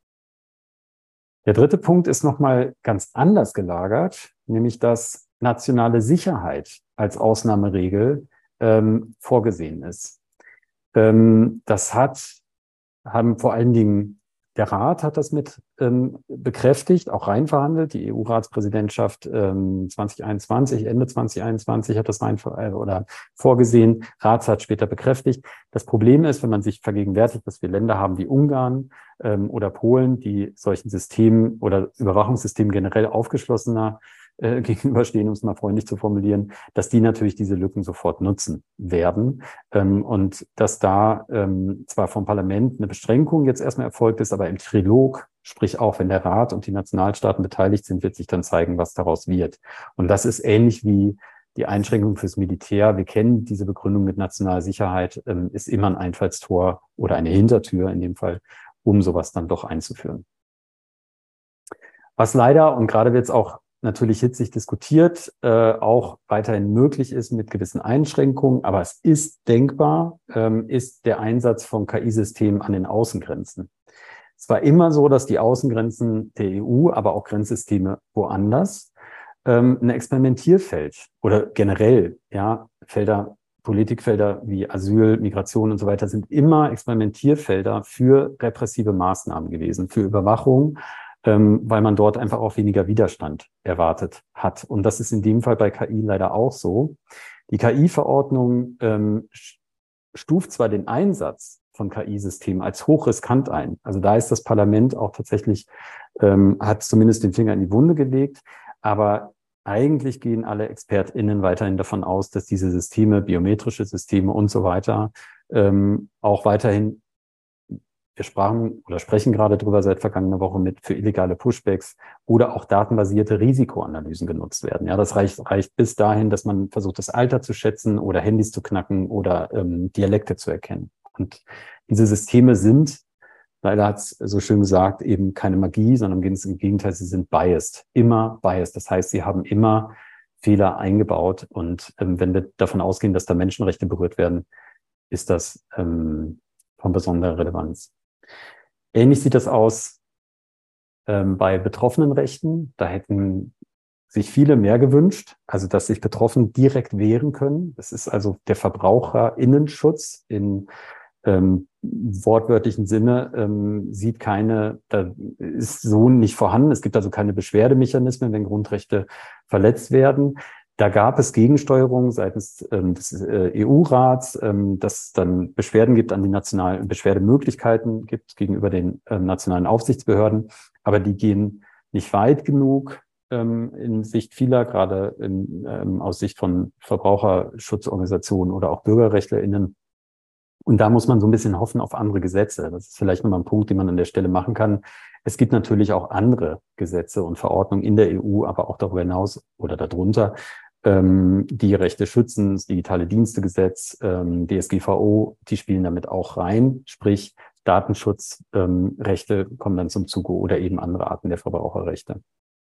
Speaker 3: Der dritte Punkt ist nochmal ganz anders gelagert, nämlich dass nationale Sicherheit als Ausnahmeregel ähm, vorgesehen ist. Ähm, das hat, haben vor allen Dingen Der Rat hat das mit ähm, bekräftigt, auch rein verhandelt. Die E U-Ratspräsidentschaft ähm, zwanzig einundzwanzig, Ende zwanzig einundzwanzig hat das rein äh, oder vorgesehen. Rat hat später bekräftigt. Das Problem ist, wenn man sich vergegenwärtigt, dass wir Länder haben wie Ungarn ähm, oder Polen, die solchen Systemen oder Überwachungssystemen generell aufgeschlossener äh, gegenüberstehen, um es mal freundlich zu formulieren, dass die natürlich diese Lücken sofort nutzen werden. Ähm, und dass da ähm, zwar vom Parlament eine Beschränkung jetzt erstmal erfolgt ist, aber im Trilog, sprich auch wenn der Rat und die Nationalstaaten beteiligt sind, wird sich dann zeigen, was daraus wird. Und das ist ähnlich wie die Einschränkung fürs Militär. Wir kennen diese Begründung mit nationaler Sicherheit, ähm, ist immer ein Einfallstor oder eine Hintertür in dem Fall, um sowas dann doch einzuführen. Was leider, und gerade wird es auch natürlich hitzig diskutiert, äh, auch weiterhin möglich ist mit gewissen Einschränkungen, aber es ist denkbar, ähm, ist der Einsatz von K I-Systemen an den Außengrenzen. Es war immer so, dass die Außengrenzen der E U, aber auch Grenzsysteme woanders, ähm, ein Experimentierfeld oder generell, ja, Felder, Politikfelder wie Asyl, Migration und so weiter sind immer Experimentierfelder für repressive Maßnahmen gewesen, für Überwachung, Ähm, weil man dort einfach auch weniger Widerstand erwartet hat. Und das ist in dem Fall bei K I leider auch so. Die K I-Verordnung ähm, stuft zwar den Einsatz von K I-Systemen als hochriskant ein. Also da ist das Parlament auch tatsächlich, ähm, hat zumindest den Finger in die Wunde gelegt. Aber eigentlich gehen alle ExpertInnen weiterhin davon aus, dass diese Systeme, biometrische Systeme und so weiter, ähm, auch weiterhin Wir sprachen oder sprechen gerade drüber seit vergangener Woche mit für illegale Pushbacks oder auch datenbasierte Risikoanalysen genutzt werden. Ja, das reicht, reicht bis dahin, dass man versucht, das Alter zu schätzen oder Handys zu knacken oder ähm, Dialekte zu erkennen. Und diese Systeme sind, leider hat es so schön gesagt, eben keine Magie, sondern im Gegenteil, sie sind biased, immer biased. Das heißt, sie haben immer Fehler eingebaut. Und ähm, wenn wir davon ausgehen, dass da Menschenrechte berührt werden, ist das ähm, von besonderer Relevanz. Ähnlich sieht das aus ähm, bei Betroffenenrechten. Da hätten sich viele mehr gewünscht, also dass sich Betroffene direkt wehren können. Das ist also der VerbraucherInnenschutz in ähm, wortwörtlichen Sinne, ähm, sieht keine, da ist so nicht vorhanden. Es gibt also keine Beschwerdemechanismen, wenn Grundrechte verletzt werden. Da gab es Gegensteuerung seitens ähm, des äh, E U-Rats, ähm, dass es dann Beschwerden gibt an die nationalen Beschwerdemöglichkeiten gibt gegenüber den ähm, nationalen Aufsichtsbehörden, aber die gehen nicht weit genug ähm, in Sicht vieler, gerade in, ähm, aus Sicht von Verbraucherschutzorganisationen oder auch BürgerrechtlerInnen. Und da muss man so ein bisschen hoffen auf andere Gesetze. Das ist vielleicht nochmal ein Punkt, den man an der Stelle machen kann. Es gibt natürlich auch andere Gesetze und Verordnungen in der E U, aber auch darüber hinaus oder darunter, ähm, die Rechte schützen, das Digitale Dienstegesetz, ähm, D S G V O, die spielen damit auch rein. Sprich, Datenschutzrechte ähm, kommen dann zum Zuge oder eben andere Arten der Verbraucherrechte.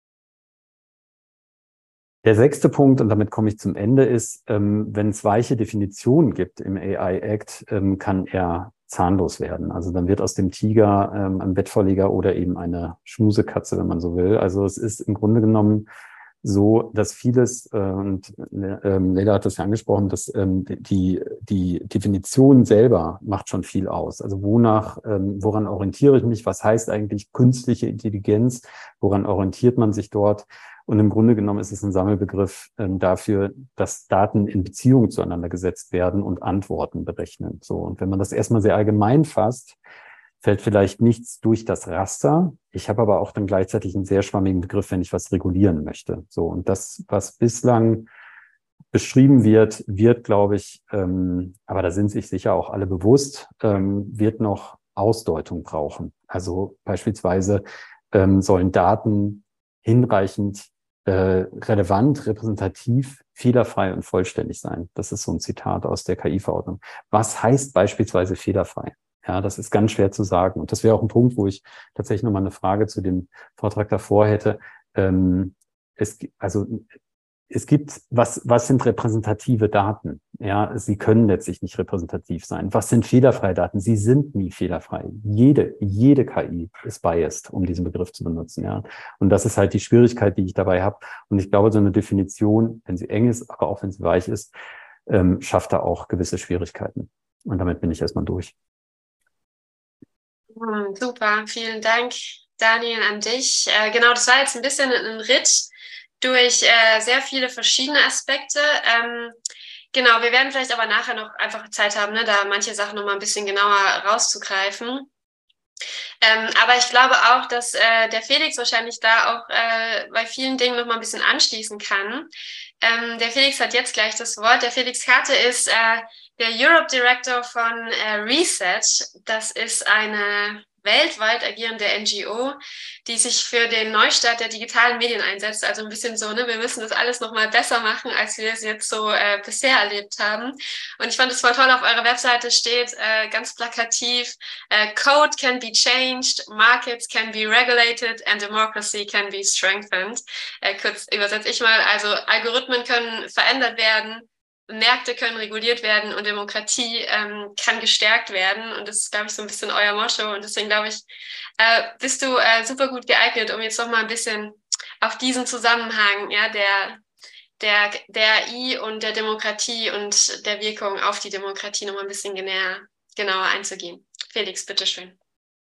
Speaker 3: Der sechste Punkt, und damit komme ich zum Ende, ist, ähm, wenn es weiche Definitionen gibt im A I Act, ähm, kann er zahnlos werden. Also dann wird aus dem Tiger ähm, ein Bettvorleger oder eben eine Schmusekatze, wenn man so will. Also es ist im Grunde genommen so, dass vieles, äh, und äh, Leila hat das ja angesprochen, dass ähm, die, die Definition selber macht schon viel aus. Also wonach, ähm, woran orientiere ich mich? Was heißt eigentlich künstliche Intelligenz? Woran orientiert man sich dort? Und im Grunde genommen ist es ein Sammelbegriff ähm, dafür, dass Daten in Beziehung zueinander gesetzt werden und Antworten berechnen. So. Und wenn man das erstmal sehr allgemein fasst, fällt vielleicht nichts durch das Raster. Ich habe aber auch dann gleichzeitig einen sehr schwammigen Begriff, wenn ich was regulieren möchte. So, und das, was bislang beschrieben wird, wird, glaube ich, ähm, aber da sind sich sicher auch alle bewusst, ähm, wird noch Ausdeutung brauchen. Also beispielsweise ähm, sollen Daten hinreichend äh, relevant, repräsentativ, fehlerfrei und vollständig sein. Das ist so ein Zitat aus der K I-Verordnung. Was heißt beispielsweise fehlerfrei? Ja, das ist ganz schwer zu sagen. Und das wäre auch ein Punkt, wo ich tatsächlich nochmal eine Frage zu dem Vortrag davor hätte. Ähm, es, also, es gibt, was, was sind repräsentative Daten? Ja, sie können letztlich nicht repräsentativ sein. Was sind fehlerfreie Daten? Sie sind nie fehlerfrei. Jede, jede K I ist biased, um diesen Begriff zu benutzen, ja. Und das ist halt die Schwierigkeit, die ich dabei habe. Und ich glaube, so eine Definition, wenn sie eng ist, aber auch wenn sie weich ist, ähm, schafft da auch gewisse Schwierigkeiten. Und damit bin ich erstmal durch.
Speaker 1: Hm, super, vielen Dank, Daniel, an dich. Äh, genau, das war jetzt ein bisschen ein Ritt durch äh, sehr viele verschiedene Aspekte. Ähm, genau, wir werden vielleicht aber nachher noch einfach Zeit haben, ne, da manche Sachen noch mal ein bisschen genauer rauszugreifen. Ähm, aber ich glaube auch, dass äh, der Felix wahrscheinlich da auch äh, bei vielen Dingen noch mal ein bisschen anschließen kann. Ähm, der Felix hat jetzt gleich das Wort. Der Felix Karte ist äh, der Europe Director von äh, Reset. Das ist eine weltweit agierende N G O, die sich für den Neustart der digitalen Medien einsetzt. Also ein bisschen so, ne, wir müssen das alles noch mal besser machen, als wir es jetzt so äh, bisher erlebt haben. Und ich fand es voll toll, auf eurer Webseite steht äh, ganz plakativ, äh, Code can be changed, markets can be regulated and democracy can be strengthened. Äh, kurz übersetze ich mal, also Algorithmen können verändert werden, Märkte können reguliert werden und Demokratie ähm, kann gestärkt werden. Und das ist, glaube ich, so ein bisschen euer Motto. Und deswegen, glaube ich, äh, bist du äh, super gut geeignet, um jetzt noch mal ein bisschen auf diesen Zusammenhang, ja, der, der, der A I und der Demokratie und der Wirkung auf die Demokratie noch mal ein bisschen genäher, genauer einzugehen. Felix, bitteschön.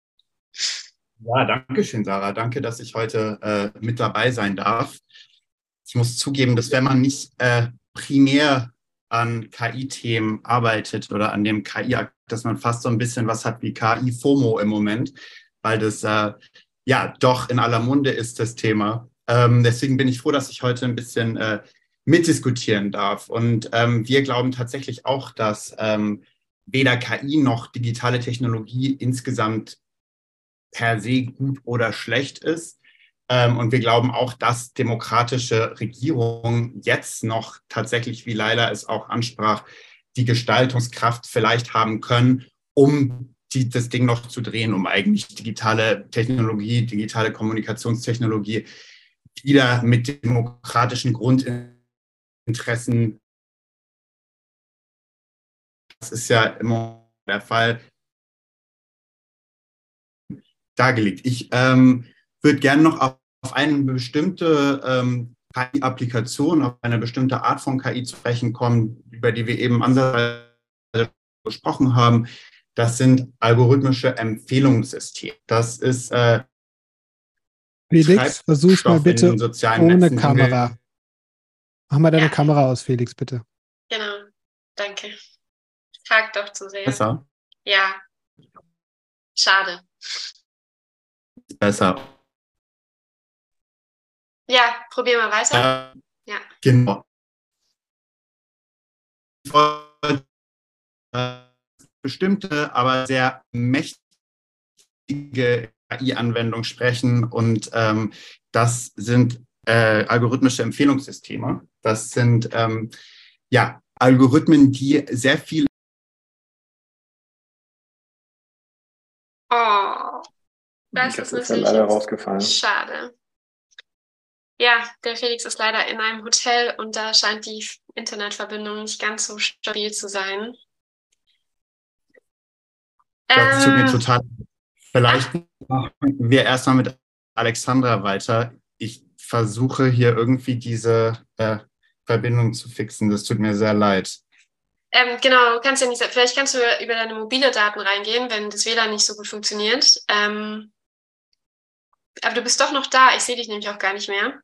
Speaker 4: Ja, danke schön, Sarah. Danke, dass ich heute äh, mit dabei sein darf. Ich muss zugeben, dass wenn man nicht äh, primär an K I-Themen arbeitet oder an dem K I-Akt, dass man fast so ein bisschen was hat wie K I-FOMO im Moment, weil das äh, ja doch in aller Munde ist, das Thema. Ähm, deswegen bin ich froh, dass ich heute ein bisschen äh, mitdiskutieren darf. Und ähm, wir glauben tatsächlich auch, dass ähm, weder K I noch digitale Technologie insgesamt per se gut oder schlecht ist. Und wir glauben auch, dass demokratische Regierungen jetzt noch tatsächlich, wie Leila es auch ansprach, die Gestaltungskraft vielleicht haben können, um die, das Ding noch zu drehen, um eigentlich digitale Technologie, digitale Kommunikationstechnologie wieder mit demokratischen Grundinteressen, das ist ja immer der Fall, dargelegt. Ich ähm, würde gerne noch auf auf eine bestimmte ähm, K I-Applikation, auf eine bestimmte Art von K I zu sprechen kommen, über die wir eben ansatzweise gesprochen haben. Das sind algorithmische Empfehlungssysteme. Das ist äh,
Speaker 5: Felix, versuch mal bitte ohne
Speaker 4: Netzen,
Speaker 5: Kamera. Mach mal deine
Speaker 1: Ja.
Speaker 5: Kamera aus, Felix, bitte.
Speaker 1: Genau, danke. Tagt doch zu sehr.
Speaker 4: Besser?
Speaker 1: Ja, schade.
Speaker 4: Besser.
Speaker 1: Ja, probier mal weiter.
Speaker 4: Äh,
Speaker 1: Ja.
Speaker 4: Genau. Ich wollte äh, bestimmte, aber sehr mächtige K I-Anwendungen sprechen und ähm, das sind äh, algorithmische Empfehlungssysteme. Das sind ähm, ja Algorithmen, die sehr viel
Speaker 1: Das,
Speaker 6: das
Speaker 1: ist,
Speaker 6: ist ja leider rausgefallen.
Speaker 1: Schade. Ja, der Felix ist leider in einem Hotel und da scheint die Internetverbindung nicht ganz so stabil zu sein.
Speaker 4: Das tut
Speaker 1: ähm,
Speaker 4: mir total. Vielleicht machen wir erstmal mit Alexandra weiter. Ich versuche hier irgendwie diese äh, Verbindung zu fixen. Das tut mir sehr leid.
Speaker 1: Ähm, genau, kannst ja nicht, vielleicht kannst du über deine mobile Daten reingehen, wenn das W L A N nicht so gut funktioniert. Ähm, aber du bist doch noch da. Ich sehe dich nämlich auch gar nicht mehr.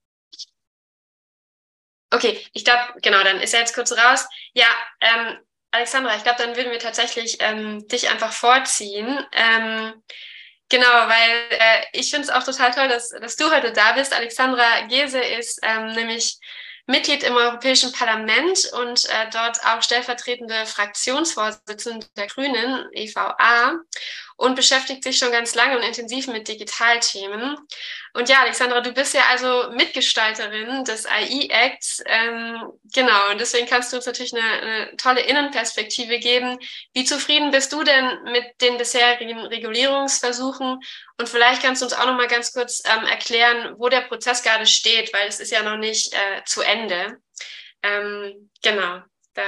Speaker 1: Okay, ich glaube, genau, dann ist er jetzt kurz raus. Ja, ähm, Alexandra, ich glaube, dann würden wir tatsächlich ähm, dich einfach vorziehen. Ähm, genau, weil äh, ich finde es auch total toll, dass, dass du heute da bist. Alexandra Gese ist ähm, nämlich Mitglied im Europäischen Parlament und äh, dort auch stellvertretende Fraktionsvorsitzende der Grünen, E V A, und beschäftigt sich schon ganz lange und intensiv mit Digitalthemen. Und ja, Alexandra, du bist ja also Mitgestalterin des A I-Acts. Ähm, genau, und deswegen kannst du uns natürlich eine, eine tolle Innenperspektive geben. Wie zufrieden bist du denn mit den bisherigen Regulierungsversuchen? Und vielleicht kannst du uns auch noch mal ganz kurz ähm, erklären, wo der Prozess gerade steht, weil es ist ja noch nicht äh, zu Ende. Ähm, genau. Da.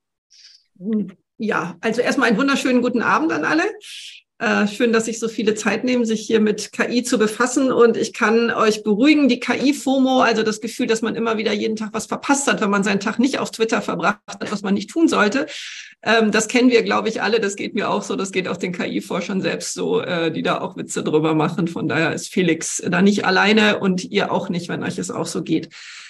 Speaker 7: Ja, also erstmal einen wunderschönen guten Abend an alle. Äh, schön, dass sich so viele Zeit nehmen, sich hier mit K I zu befassen. Und ich kann euch beruhigen, die K I-FOMO, also das Gefühl, dass man immer wieder jeden Tag was verpasst hat, wenn man seinen Tag nicht auf Twitter verbracht hat, was man nicht tun sollte. Ähm, das kennen wir, glaube ich, alle. Das geht mir auch so. Das geht auch den K I-Forschern selbst so, äh, die da auch Witze drüber machen. Von daher ist Felix da nicht alleine und ihr auch nicht, wenn euch es auch so geht.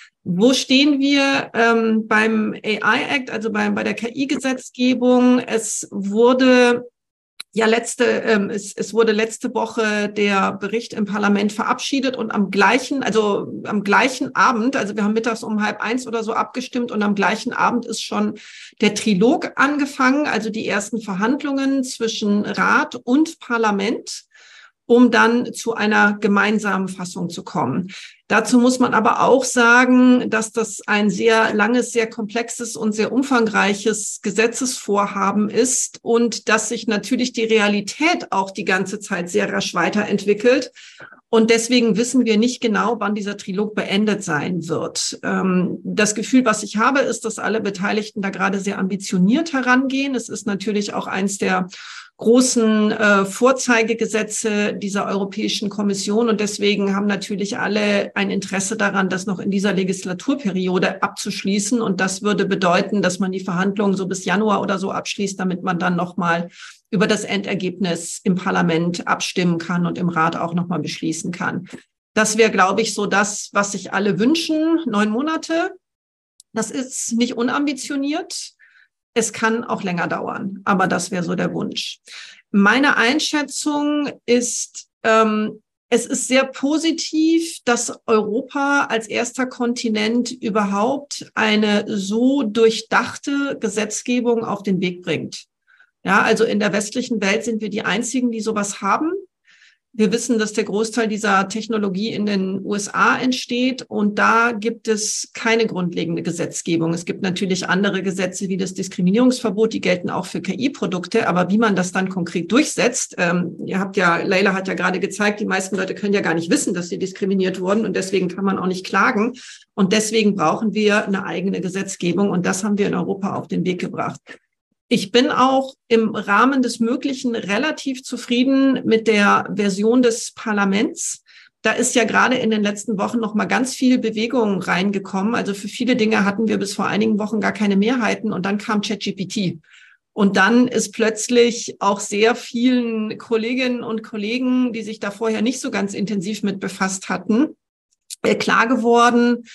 Speaker 7: Wo stehen wir ähm, beim A I-Act, also bei, bei der K I-Gesetzgebung? Es wurde ja letzte, ähm, es, es wurde letzte Woche der Bericht im Parlament verabschiedet und am gleichen, also am gleichen Abend, also wir haben mittags um halb eins oder so abgestimmt und am gleichen Abend ist schon der Trilog angefangen, also die ersten Verhandlungen zwischen Rat und Parlament, um dann zu einer gemeinsamen Fassung zu kommen. Dazu muss man aber auch sagen, dass das ein sehr langes, sehr komplexes und sehr umfangreiches Gesetzesvorhaben ist und dass sich natürlich die Realität auch die ganze Zeit sehr rasch weiterentwickelt. Und deswegen wissen wir nicht genau, wann dieser Trilog beendet sein wird. Das Gefühl, was ich habe, ist, dass alle Beteiligten da gerade sehr ambitioniert herangehen. Es ist natürlich auch eins der großen äh, Vorzeigegesetze dieser Europäischen Kommission. Und deswegen haben natürlich alle ein Interesse daran, das noch in dieser Legislaturperiode abzuschließen. Und das würde bedeuten, dass man die Verhandlungen so bis Januar oder so abschließt, damit man dann nochmal über das Endergebnis im Parlament abstimmen kann und im Rat auch nochmal beschließen kann. Das wäre, glaube ich, so das, was sich alle wünschen. Neun Monate. Das ist nicht unambitioniert. Es kann auch länger dauern, aber das wäre so der Wunsch. Meine Einschätzung ist, ähm, es ist sehr positiv, dass Europa als erster Kontinent überhaupt eine so durchdachte Gesetzgebung auf den Weg bringt. Ja, also in der westlichen Welt sind wir die einzigen, die sowas haben. Wir wissen, dass der Großteil dieser Technologie in den U S A entsteht und da gibt es keine grundlegende Gesetzgebung. Es gibt natürlich andere Gesetze wie das Diskriminierungsverbot, die gelten auch für K I-Produkte, aber wie man das dann konkret durchsetzt, ähm, ihr habt ja, Leila hat ja gerade gezeigt, die meisten Leute können ja gar nicht wissen, dass sie diskriminiert wurden und deswegen kann man auch nicht klagen und deswegen brauchen wir eine eigene Gesetzgebung und das haben wir in Europa auf den Weg gebracht. Ich bin auch im Rahmen des Möglichen relativ zufrieden mit der Version des Parlaments. Da ist ja gerade in den letzten Wochen noch mal ganz viel Bewegung reingekommen. Also für viele Dinge hatten wir bis vor einigen Wochen gar keine Mehrheiten und dann kam ChatGPT. Und dann ist plötzlich auch sehr vielen Kolleginnen und Kollegen, die sich da vorher nicht so ganz intensiv mit befasst hatten, klar geworden,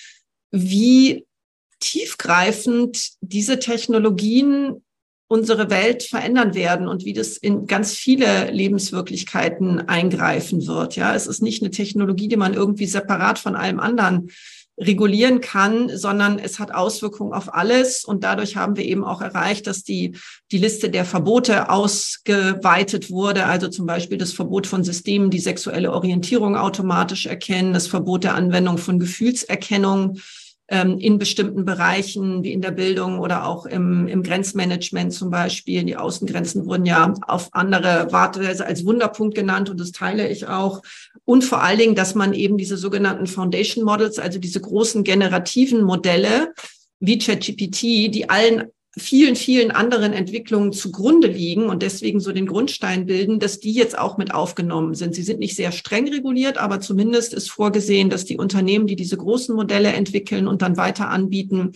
Speaker 7: wie tiefgreifend diese Technologien unsere Welt verändern werden und wie das in ganz viele Lebenswirklichkeiten eingreifen wird. Ja, es ist nicht eine Technologie, die man irgendwie separat von allem anderen regulieren kann, sondern es hat Auswirkungen auf alles. Und dadurch haben wir eben auch erreicht, dass die, die Liste der Verbote ausgeweitet wurde. Also zum Beispiel das Verbot von Systemen, die sexuelle Orientierung automatisch erkennen, das Verbot der Anwendung von Gefühlserkennung ähm, in bestimmten Bereichen wie in der Bildung oder auch im, im Grenzmanagement zum Beispiel. Die Außengrenzen wurden ja auf andere Weise als Wunderpunkt genannt und das teile ich auch. Und vor allen Dingen, dass man eben diese sogenannten Foundation Models, also diese großen generativen Modelle wie ChatGPT, die allen vielen, vielen anderen Entwicklungen zugrunde liegen und deswegen so den Grundstein bilden, dass die jetzt auch mit aufgenommen sind. Sie sind nicht sehr streng reguliert, aber zumindest ist vorgesehen, dass die Unternehmen, die diese großen Modelle entwickeln und dann weiter anbieten,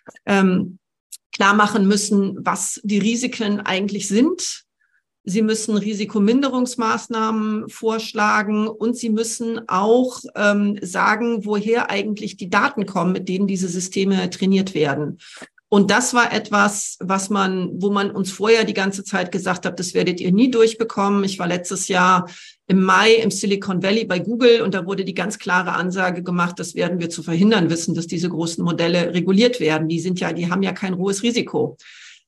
Speaker 7: ähm, klar machen müssen, was die Risiken eigentlich sind. Sie müssen Risikominderungsmaßnahmen vorschlagen und sie müssen auch ähm, sagen, woher eigentlich die Daten kommen, mit denen diese Systeme trainiert werden. Und das war etwas, was man, wo man uns vorher die ganze Zeit gesagt hat, das werdet ihr nie durchbekommen. Ich war letztes Jahr im Mai im Silicon Valley bei Google und da wurde die ganz klare Ansage gemacht, das werden wir zu verhindern wissen, dass diese großen Modelle reguliert werden. Die sind ja, die haben ja kein hohes Risiko.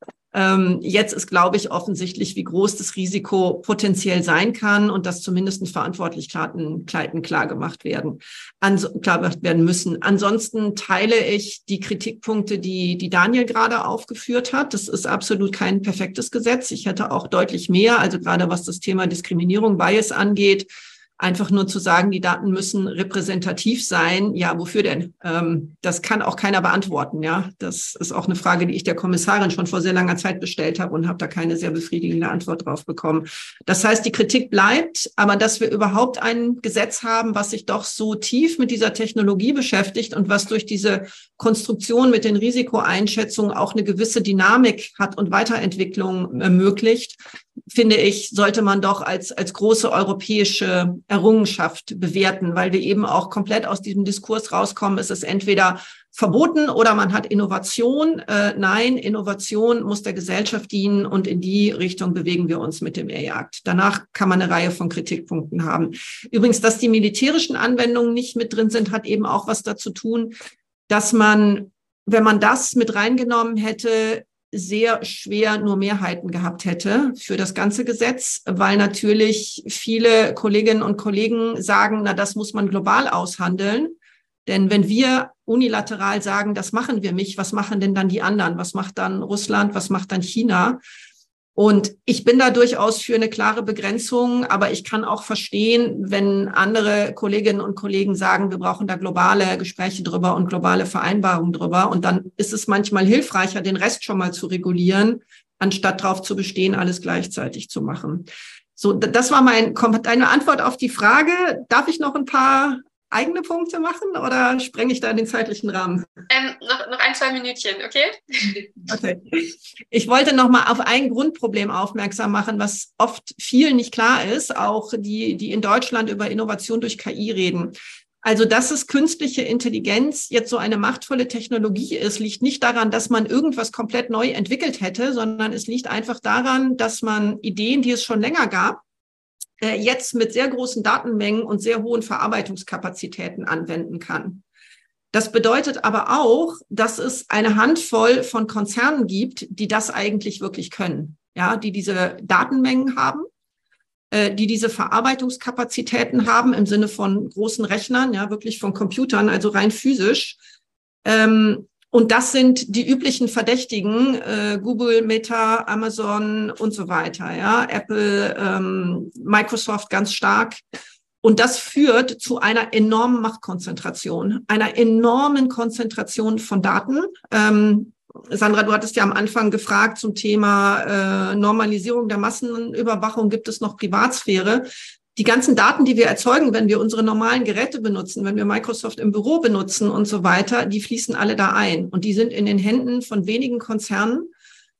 Speaker 7: Ähm, jetzt ist, glaube ich, offensichtlich, wie groß das Risiko potenziell sein kann und dass zumindest Verantwortlichkeiten klar gemacht werden, ans- klar gemacht werden müssen. Ansonsten teile ich die Kritikpunkte, die, die Daniel gerade aufgeführt hat. Das ist absolut kein perfektes Gesetz. Ich hätte auch deutlich mehr, also gerade was das Thema Diskriminierung, Bias angeht, einfach nur zu sagen, die Daten müssen repräsentativ sein. Ja, wofür denn? Ähm, das kann auch keiner beantworten. Ja, das ist auch eine Frage, die ich der Kommissarin schon vor sehr langer Zeit gestellt habe und habe da keine sehr befriedigende Antwort drauf bekommen. Das heißt, die Kritik bleibt, aber dass wir überhaupt ein Gesetz haben, was sich doch so tief mit dieser Technologie beschäftigt und was durch diese Konstruktion mit den Risikoeinschätzungen auch eine gewisse Dynamik hat und Weiterentwicklung ermöglicht, finde ich, sollte man doch als, als große europäische Errungenschaft bewerten, weil wir eben auch komplett aus diesem Diskurs rauskommen. Es ist entweder verboten oder man hat Innovation. Äh, nein, Innovation muss der Gesellschaft dienen und in die Richtung bewegen wir uns mit dem A I-Act. Danach kann man eine Reihe von Kritikpunkten haben. Übrigens, dass die militärischen Anwendungen nicht mit drin sind, hat eben auch was dazu tun, dass man, wenn man das mit reingenommen hätte, sehr schwer nur Mehrheiten gehabt hätte für das ganze Gesetz, weil natürlich viele Kolleginnen und Kollegen sagen, na, das muss man global aushandeln. Denn wenn wir unilateral sagen, das machen wir nicht, was machen denn dann die anderen? Was macht dann Russland? Was macht dann China? Und ich bin da durchaus für eine klare Begrenzung, aber ich kann auch verstehen, wenn andere Kolleginnen und Kollegen sagen, wir brauchen da globale Gespräche drüber und globale Vereinbarungen drüber. Und dann ist es manchmal hilfreicher, den Rest schon mal zu regulieren, anstatt darauf zu bestehen, alles gleichzeitig zu machen. So, das war mein, eine Antwort auf die Frage. Darf ich noch ein paar eigene Punkte machen oder sprenge ich da den zeitlichen Rahmen?
Speaker 1: Ähm, noch, noch ein, zwei Minütchen, okay?
Speaker 7: Okay. Ich wollte noch mal auf ein Grundproblem aufmerksam machen, was oft vielen nicht klar ist, auch die, die in Deutschland über Innovation durch K I reden. Also, dass es künstliche Intelligenz jetzt so eine machtvolle Technologie ist, liegt nicht daran, dass man irgendwas komplett neu entwickelt hätte, sondern es liegt einfach daran, dass man Ideen, die es schon länger gab, jetzt mit sehr großen Datenmengen und sehr hohen Verarbeitungskapazitäten anwenden kann. Das bedeutet aber auch, dass es eine Handvoll von Konzernen gibt, die das eigentlich wirklich können, ja, die diese Datenmengen haben, äh, die diese Verarbeitungskapazitäten haben im Sinne von großen Rechnern, ja, wirklich von Computern, also rein physisch. Ähm, Und das sind die üblichen Verdächtigen, äh, Google, Meta, Amazon und so weiter, ja, Apple, ähm, Microsoft ganz stark. Und das führt zu einer enormen Machtkonzentration, einer enormen Konzentration von Daten. Ähm, Sandra, du hattest ja am Anfang gefragt zum Thema äh, Normalisierung der Massenüberwachung, gibt es noch Privatsphäre? Die ganzen Daten, die wir erzeugen, wenn wir unsere normalen Geräte benutzen, wenn wir Microsoft im Büro benutzen und so weiter, die fließen alle da ein. Und die sind in den Händen von wenigen Konzernen,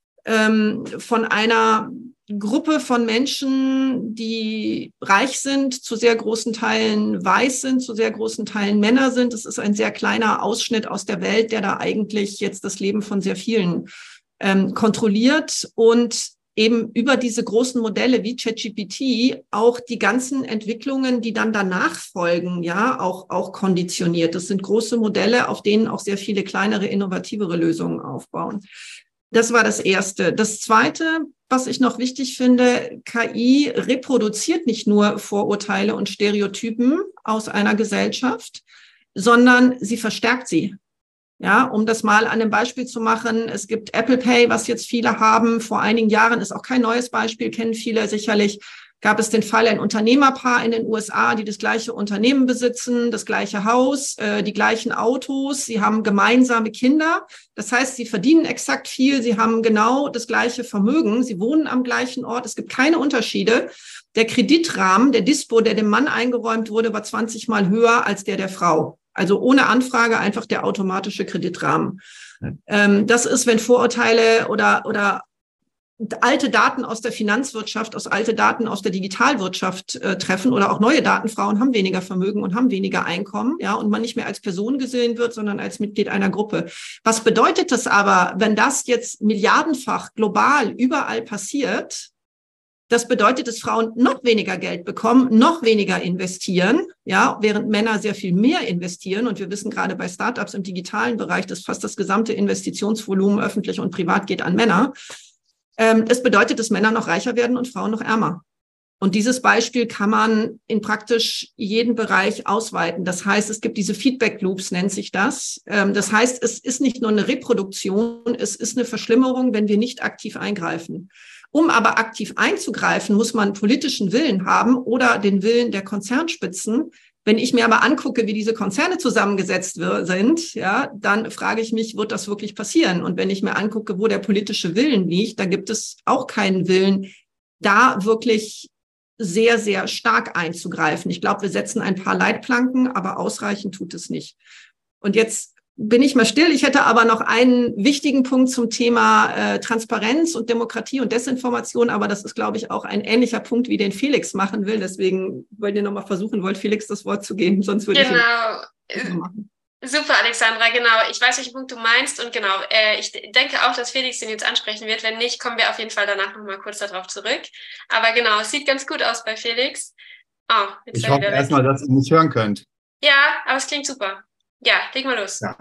Speaker 7: ähm, von einer Gruppe von Menschen, die reich sind, zu sehr großen Teilen weiß sind, zu sehr großen Teilen Männer sind. Es ist ein sehr kleiner Ausschnitt aus der Welt, der da eigentlich jetzt das Leben von sehr vielen ähm, kontrolliert und eben über diese großen Modelle wie ChatGPT auch die ganzen Entwicklungen, die dann danach folgen, ja, auch, auch konditioniert. Das sind große Modelle, auf denen auch sehr viele kleinere, innovativere Lösungen aufbauen. Das war das Erste. Das Zweite, was ich noch wichtig finde, K I reproduziert nicht nur Vorurteile und Stereotypen aus einer Gesellschaft, sondern sie verstärkt sie. Ja, um das mal an einem Beispiel zu machen, es gibt Apple Pay, was jetzt viele haben. Vor einigen Jahren ist auch kein neues Beispiel, kennen viele sicherlich. Gab es den Fall, ein Unternehmerpaar in den U S A, die das gleiche Unternehmen besitzen, das gleiche Haus, äh, die gleichen Autos. Sie haben gemeinsame Kinder. Das heißt, sie verdienen exakt viel. Sie haben genau das gleiche Vermögen. Sie wohnen am gleichen Ort. Es gibt keine Unterschiede. Der Kreditrahmen, der Dispo, der dem Mann eingeräumt wurde, war zwanzig Mal höher als der der Frau. Also ohne Anfrage einfach der automatische Kreditrahmen. Ähm, das ist, wenn Vorurteile oder, oder alte Daten aus der Finanzwirtschaft, aus alte Daten aus der Digitalwirtschaft äh, treffen oder auch neue Daten. Frauen haben weniger Vermögen und haben weniger Einkommen, ja, und man nicht mehr als Person gesehen wird, sondern als Mitglied einer Gruppe. Was bedeutet das aber, wenn das jetzt milliardenfach global überall passiert? Das bedeutet, dass Frauen noch weniger Geld bekommen, noch weniger investieren, ja, während Männer sehr viel mehr investieren. Und wir wissen gerade bei Startups im digitalen Bereich, dass fast das gesamte Investitionsvolumen öffentlich und privat geht an Männer. Ähm, es bedeutet, dass Männer noch reicher werden und Frauen noch ärmer. Und dieses Beispiel kann man in praktisch jeden Bereich ausweiten. Das heißt, es gibt diese Feedback Loops, nennt sich das. Ähm, das heißt, es ist nicht nur eine Reproduktion, es ist eine Verschlimmerung, wenn wir nicht aktiv eingreifen. Um aber aktiv einzugreifen, muss man politischen Willen haben oder den Willen der Konzernspitzen. Wenn ich mir aber angucke, wie diese Konzerne zusammengesetzt sind, ja, dann frage ich mich, wird das wirklich passieren? Und wenn ich mir angucke, wo der politische Willen liegt, da gibt es auch keinen Willen, da wirklich sehr, sehr stark einzugreifen. Ich glaube, wir setzen ein paar Leitplanken, aber ausreichend tut es nicht. Und jetzt bin ich mal still. Ich hätte aber noch einen wichtigen Punkt zum Thema äh, Transparenz und Demokratie und Desinformation, aber das ist, glaube ich, auch ein ähnlicher Punkt, wie den Felix machen will. Deswegen wollt ihr nochmal versuchen, wollt Felix das Wort zu geben, sonst würde
Speaker 1: genau.
Speaker 7: ich ihn machen.
Speaker 1: Super, Alexandra, genau. Ich weiß, welchen Punkt du meinst und genau, äh, ich denke auch, dass Felix den jetzt ansprechen wird. Wenn nicht, kommen wir auf jeden Fall danach nochmal kurz darauf zurück. Aber genau, es sieht ganz gut aus bei Felix. Oh, jetzt
Speaker 4: ich hoffe erstmal, dass ihr mich hören könnt.
Speaker 1: Ja, aber es klingt super. Ja, leg mal los.
Speaker 4: Ja.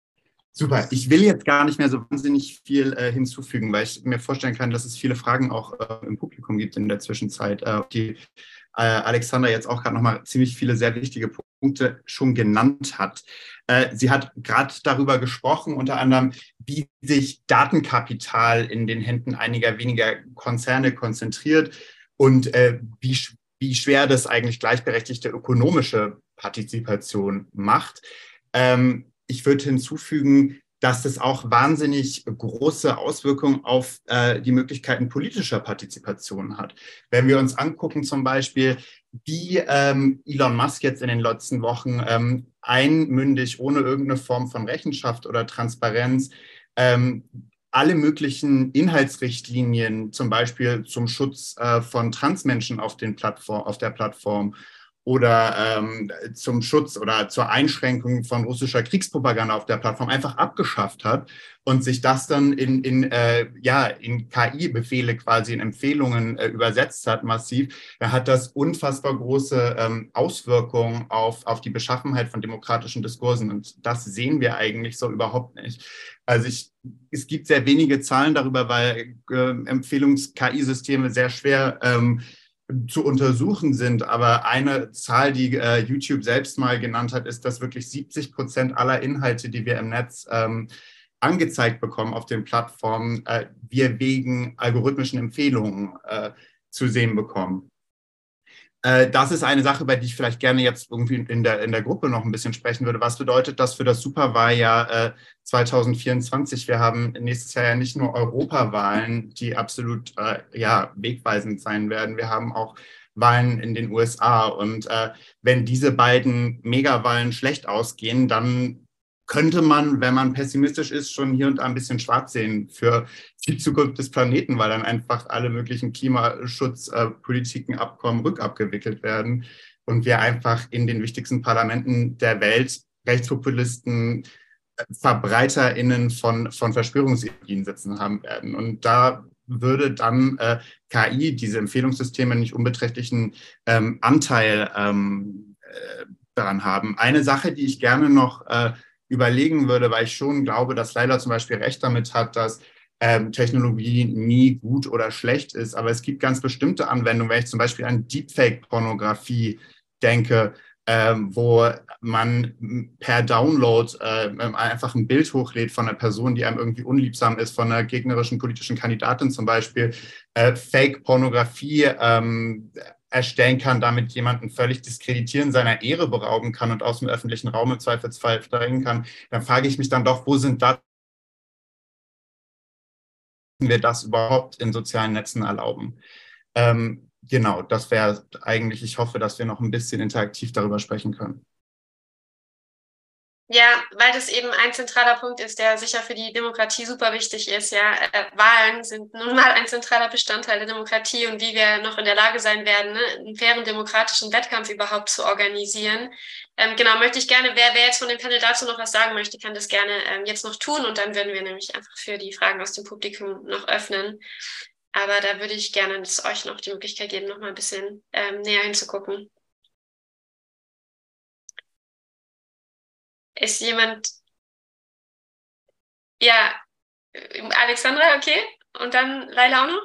Speaker 4: Super. Ich will jetzt gar nicht mehr so wahnsinnig viel äh, hinzufügen, weil ich mir vorstellen kann, dass es viele Fragen auch äh, im Publikum gibt in der Zwischenzeit, äh, die äh, Alexandra jetzt auch gerade nochmal ziemlich viele sehr wichtige Punkte schon genannt hat. Äh, sie hat gerade darüber gesprochen, unter anderem, wie sich Datenkapital in den Händen einiger weniger Konzerne konzentriert und äh, wie, wie schwer das eigentlich gleichberechtigte ökonomische Partizipation macht. Ähm, ich würde hinzufügen, dass es auch wahnsinnig große Auswirkungen auf äh, die Möglichkeiten politischer Partizipation hat. Wenn wir uns angucken zum Beispiel, wie ähm, Elon Musk jetzt in den letzten Wochen ähm, einmündig, ohne irgendeine Form von Rechenschaft oder Transparenz, ähm, alle möglichen Inhaltsrichtlinien, zum Beispiel zum Schutz äh, von Transmenschen auf, den Plattform, auf der Plattform oder ähm, zum Schutz oder zur Einschränkung von russischer Kriegspropaganda auf der Plattform einfach abgeschafft hat und sich das dann in, in, äh, ja, in K I-Befehle quasi, in Empfehlungen äh, übersetzt hat, massiv, da hat das unfassbar große ähm, Auswirkungen auf, auf die Beschaffenheit von demokratischen Diskursen. Und das sehen wir eigentlich so überhaupt nicht. Also ich, es gibt sehr wenige Zahlen darüber, weil äh, Empfehlungs-K I-Systeme sehr schwer ähm, zu untersuchen sind. Aber eine Zahl, die äh, YouTube selbst mal genannt hat, ist, dass wirklich siebzig Prozent aller Inhalte, die wir im Netz ähm, angezeigt bekommen auf den Plattformen, äh, wir wegen algorithmischen Empfehlungen äh, zu sehen bekommen. Äh, das ist eine Sache, bei der ich vielleicht gerne jetzt irgendwie in der, in der Gruppe noch ein bisschen sprechen würde. Was bedeutet das für das Superwahljahr äh, zwanzig vierundzwanzig? Wir haben nächstes Jahr ja nicht nur Europawahlen, die absolut äh, ja, wegweisend sein werden. Wir haben auch Wahlen in den U S A. Und äh, wenn diese beiden Megawahlen schlecht ausgehen, dann könnte man, wenn man pessimistisch ist, schon hier und da ein bisschen schwarz sehen für die Zukunft des Planeten, weil dann einfach alle möglichen Klimaschutzpolitiken, äh, Abkommen rückabgewickelt werden und wir einfach in den wichtigsten Parlamenten der Welt Rechtspopulisten, äh, VerbreiterInnen von, von Verschwörungsideologien sitzen haben werden. Und da würde dann äh, K I, diese Empfehlungssysteme, nicht unbeträchtlichen ähm, Anteil ähm, äh, daran haben. Eine Sache, die ich gerne noch äh, überlegen würde, weil ich schon glaube, dass Leila zum Beispiel recht damit hat, dass ähm, Technologie nie gut oder schlecht ist. Aber es gibt ganz bestimmte Anwendungen, wenn ich zum Beispiel an Deepfake-Pornografie denke, ähm, wo man per Download äh, einfach ein Bild hochlädt von einer Person, die einem irgendwie unliebsam ist, von einer gegnerischen politischen Kandidatin zum Beispiel, äh, Fake-Pornografie ähm, erstellen kann, damit jemanden völlig diskreditieren, seiner Ehre berauben kann und aus dem öffentlichen Raum im Zweifelsfall verdrängen kann, dann frage ich mich dann doch, wo sind da wir das überhaupt in sozialen Netzen erlauben? Ähm, genau, das wäre eigentlich, ich hoffe, dass wir noch ein bisschen interaktiv darüber sprechen können.
Speaker 1: Ja, weil das eben ein zentraler Punkt ist, der sicher für die Demokratie super wichtig ist. Ja, äh, Wahlen sind nun mal ein zentraler Bestandteil der Demokratie und wie wir noch in der Lage sein werden, ne, einen fairen demokratischen Wettkampf überhaupt zu organisieren. Ähm, genau, möchte ich gerne, wer, wer jetzt von dem Panel dazu noch was sagen möchte, kann das gerne ähm, jetzt noch tun und dann würden wir nämlich einfach für die Fragen aus dem Publikum noch öffnen. Aber da würde ich gerne euch noch die Möglichkeit geben, noch mal ein bisschen ähm, näher hinzugucken. Ist jemand, ja, Alexandra, okay, und dann Laila auch noch?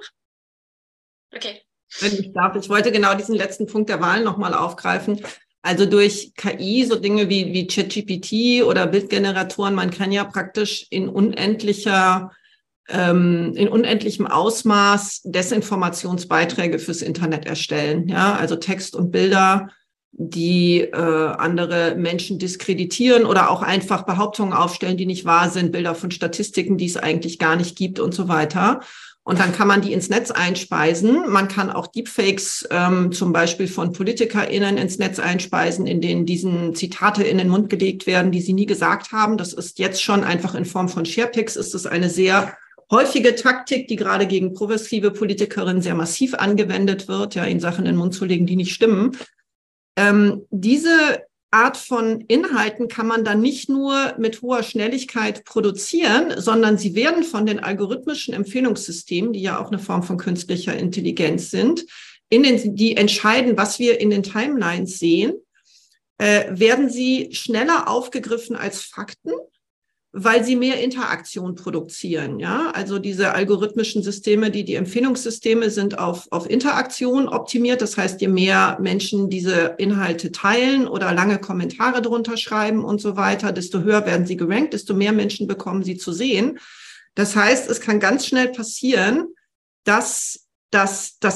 Speaker 1: Okay.
Speaker 7: Wenn ich darf, ich wollte genau diesen letzten Punkt der Wahlen nochmal aufgreifen. Also durch K I, so Dinge wie, wie ChatGPT oder Bildgeneratoren, man kann ja praktisch in unendlicher, ähm, in unendlichem Ausmaß Desinformationsbeiträge fürs Internet erstellen. Ja, also Text und Bilder, die äh, andere Menschen diskreditieren oder auch einfach Behauptungen aufstellen, die nicht wahr sind, Bilder von Statistiken, die es eigentlich gar nicht gibt und so weiter. Und dann kann man die ins Netz einspeisen. Man kann auch Deepfakes ähm, zum Beispiel von PolitikerInnen ins Netz einspeisen, in denen diesen Zitate in den Mund gelegt werden, die sie nie gesagt haben. Das ist jetzt schon einfach in Form von Sharepics, ist es eine sehr häufige Taktik, die gerade gegen progressive Politikerinnen sehr massiv angewendet wird, ja, ihnen Sachen in den Mund zu legen, die nicht stimmen. Ähm, diese Art von Inhalten kann man dann nicht nur mit hoher Schnelligkeit produzieren, sondern sie werden von den algorithmischen Empfehlungssystemen, die ja auch eine Form von künstlicher Intelligenz sind, in den, die entscheiden, was wir in den Timelines sehen, äh, werden sie schneller aufgegriffen als Fakten, weil sie mehr Interaktion produzieren. Ja, also diese algorithmischen Systeme, die die Empfehlungssysteme sind auf, auf Interaktion optimiert. Das heißt, je mehr Menschen diese Inhalte teilen oder lange Kommentare drunter schreiben und so weiter, desto höher werden sie gerankt, desto mehr Menschen bekommen sie zu sehen. Das heißt, es kann ganz schnell passieren, dass dass das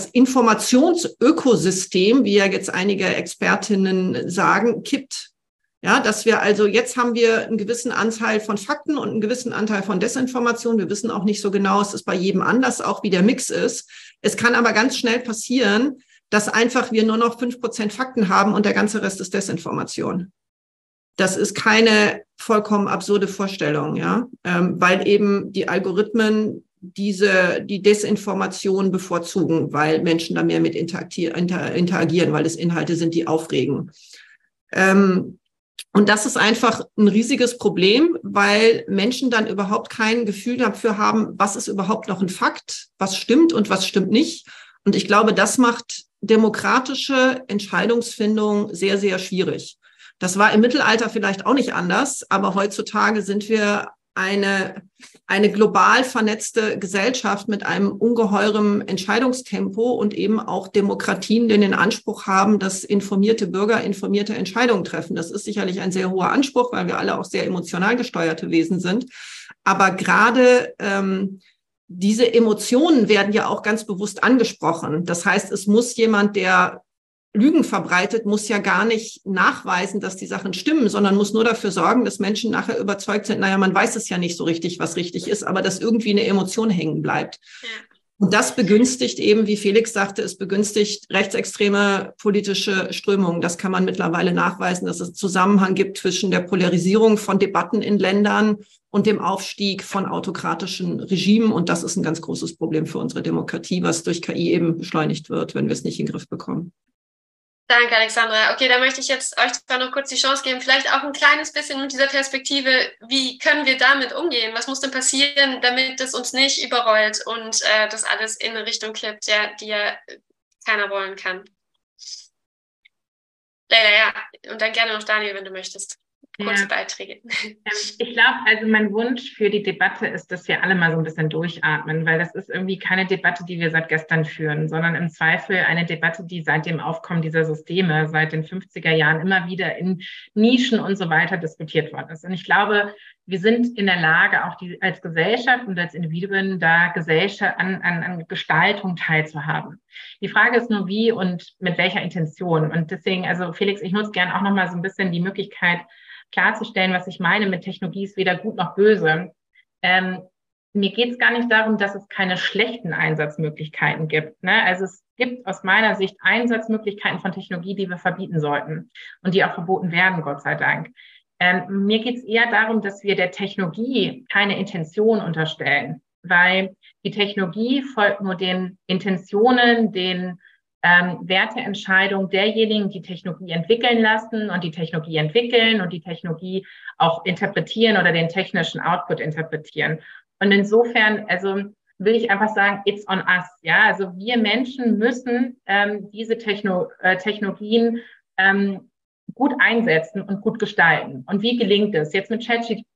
Speaker 7: Informationsökosystem, wie ja jetzt einige Expertinnen sagen, kippt. Ja, dass wir also, jetzt haben wir einen gewissen Anteil von Fakten und einen gewissen Anteil von Desinformation. Wir wissen auch nicht so genau, es ist bei jedem anders, auch wie der Mix ist. Es kann aber ganz schnell passieren, dass einfach wir nur noch fünf Prozent Fakten haben und der ganze Rest ist Desinformation. Das ist keine vollkommen absurde Vorstellung, ja, ähm, weil eben die Algorithmen diese, die Desinformation bevorzugen, weil Menschen da mehr mit interagieren, weil es Inhalte sind, die aufregen. Ähm, Und das ist einfach ein riesiges Problem, weil Menschen dann überhaupt kein Gefühl dafür haben, was ist überhaupt noch ein Fakt, was stimmt und was stimmt nicht. Und ich glaube, das macht demokratische Entscheidungsfindung sehr, sehr schwierig. Das war im Mittelalter vielleicht auch nicht anders, aber heutzutage sind wir eine, eine global vernetzte Gesellschaft mit einem ungeheuren Entscheidungstempo und eben auch Demokratien, die den Anspruch haben, dass informierte Bürger informierte Entscheidungen treffen. Das ist sicherlich ein sehr hoher Anspruch, weil wir alle auch sehr emotional gesteuerte Wesen sind. Aber gerade ähm, diese Emotionen werden ja auch ganz bewusst angesprochen. Das heißt, es muss jemand, der Lügen verbreitet, muss ja gar nicht nachweisen, dass die Sachen stimmen, sondern muss nur dafür sorgen, dass Menschen nachher überzeugt sind, naja, man weiß es ja nicht so richtig, was richtig ist, aber dass irgendwie eine Emotion hängen bleibt. Ja. Und das begünstigt eben, wie Felix sagte, es begünstigt rechtsextreme politische Strömungen. Das kann man mittlerweile nachweisen, dass es einen Zusammenhang gibt zwischen der Polarisierung von Debatten in Ländern und dem Aufstieg von autokratischen Regimen. Und das ist ein ganz großes Problem für unsere Demokratie, was durch K I eben beschleunigt wird, wenn wir es nicht in den Griff bekommen.
Speaker 1: Danke, Alexandra. Okay, da möchte ich jetzt euch zwar noch kurz die Chance geben, vielleicht auch ein kleines bisschen mit dieser Perspektive, wie können wir damit umgehen? Was muss denn passieren, damit es uns nicht überrollt und äh, das alles in eine Richtung kippt, ja, die ja keiner wollen kann? Leila, ja. Und dann gerne noch Daniel, wenn du möchtest. kurze
Speaker 2: ja.
Speaker 1: Beiträge.
Speaker 2: Ähm, ich glaube, also mein Wunsch für die Debatte ist, dass wir alle mal so ein bisschen durchatmen, weil das ist irgendwie keine Debatte, die wir seit gestern führen, sondern im Zweifel eine Debatte, die seit dem Aufkommen dieser Systeme, seit den fünfziger Jahren immer wieder in Nischen und so weiter diskutiert worden ist. Und ich glaube, wir sind in der Lage, auch die, als Gesellschaft und als Individuen da Gesellschaft an, an, an Gestaltung teilzuhaben. Die Frage ist nur, wie und mit welcher Intention. Und deswegen, also Felix, ich nutze gern auch nochmal so ein bisschen die Möglichkeit, klarzustellen, was ich meine mit Technologie ist weder gut noch böse. Ähm, mir geht es gar nicht darum, dass es keine schlechten Einsatzmöglichkeiten gibt. Ne? Also es gibt aus meiner Sicht Einsatzmöglichkeiten von Technologie, die wir verbieten sollten und die auch verboten werden, Gott sei Dank. Ähm, mir geht es eher darum, dass wir der Technologie keine Intention unterstellen, weil die Technologie folgt nur den Intentionen, den Ähm, Werteentscheidung derjenigen, die Technologie entwickeln lassen und die Technologie entwickeln und die Technologie auch interpretieren oder den technischen Output interpretieren. Und insofern, also will ich einfach sagen, it's on us. Ja, also wir Menschen müssen ähm, diese Techno äh, Technologien ähm, gut einsetzen und gut gestalten. Und wie gelingt es? Jetzt mit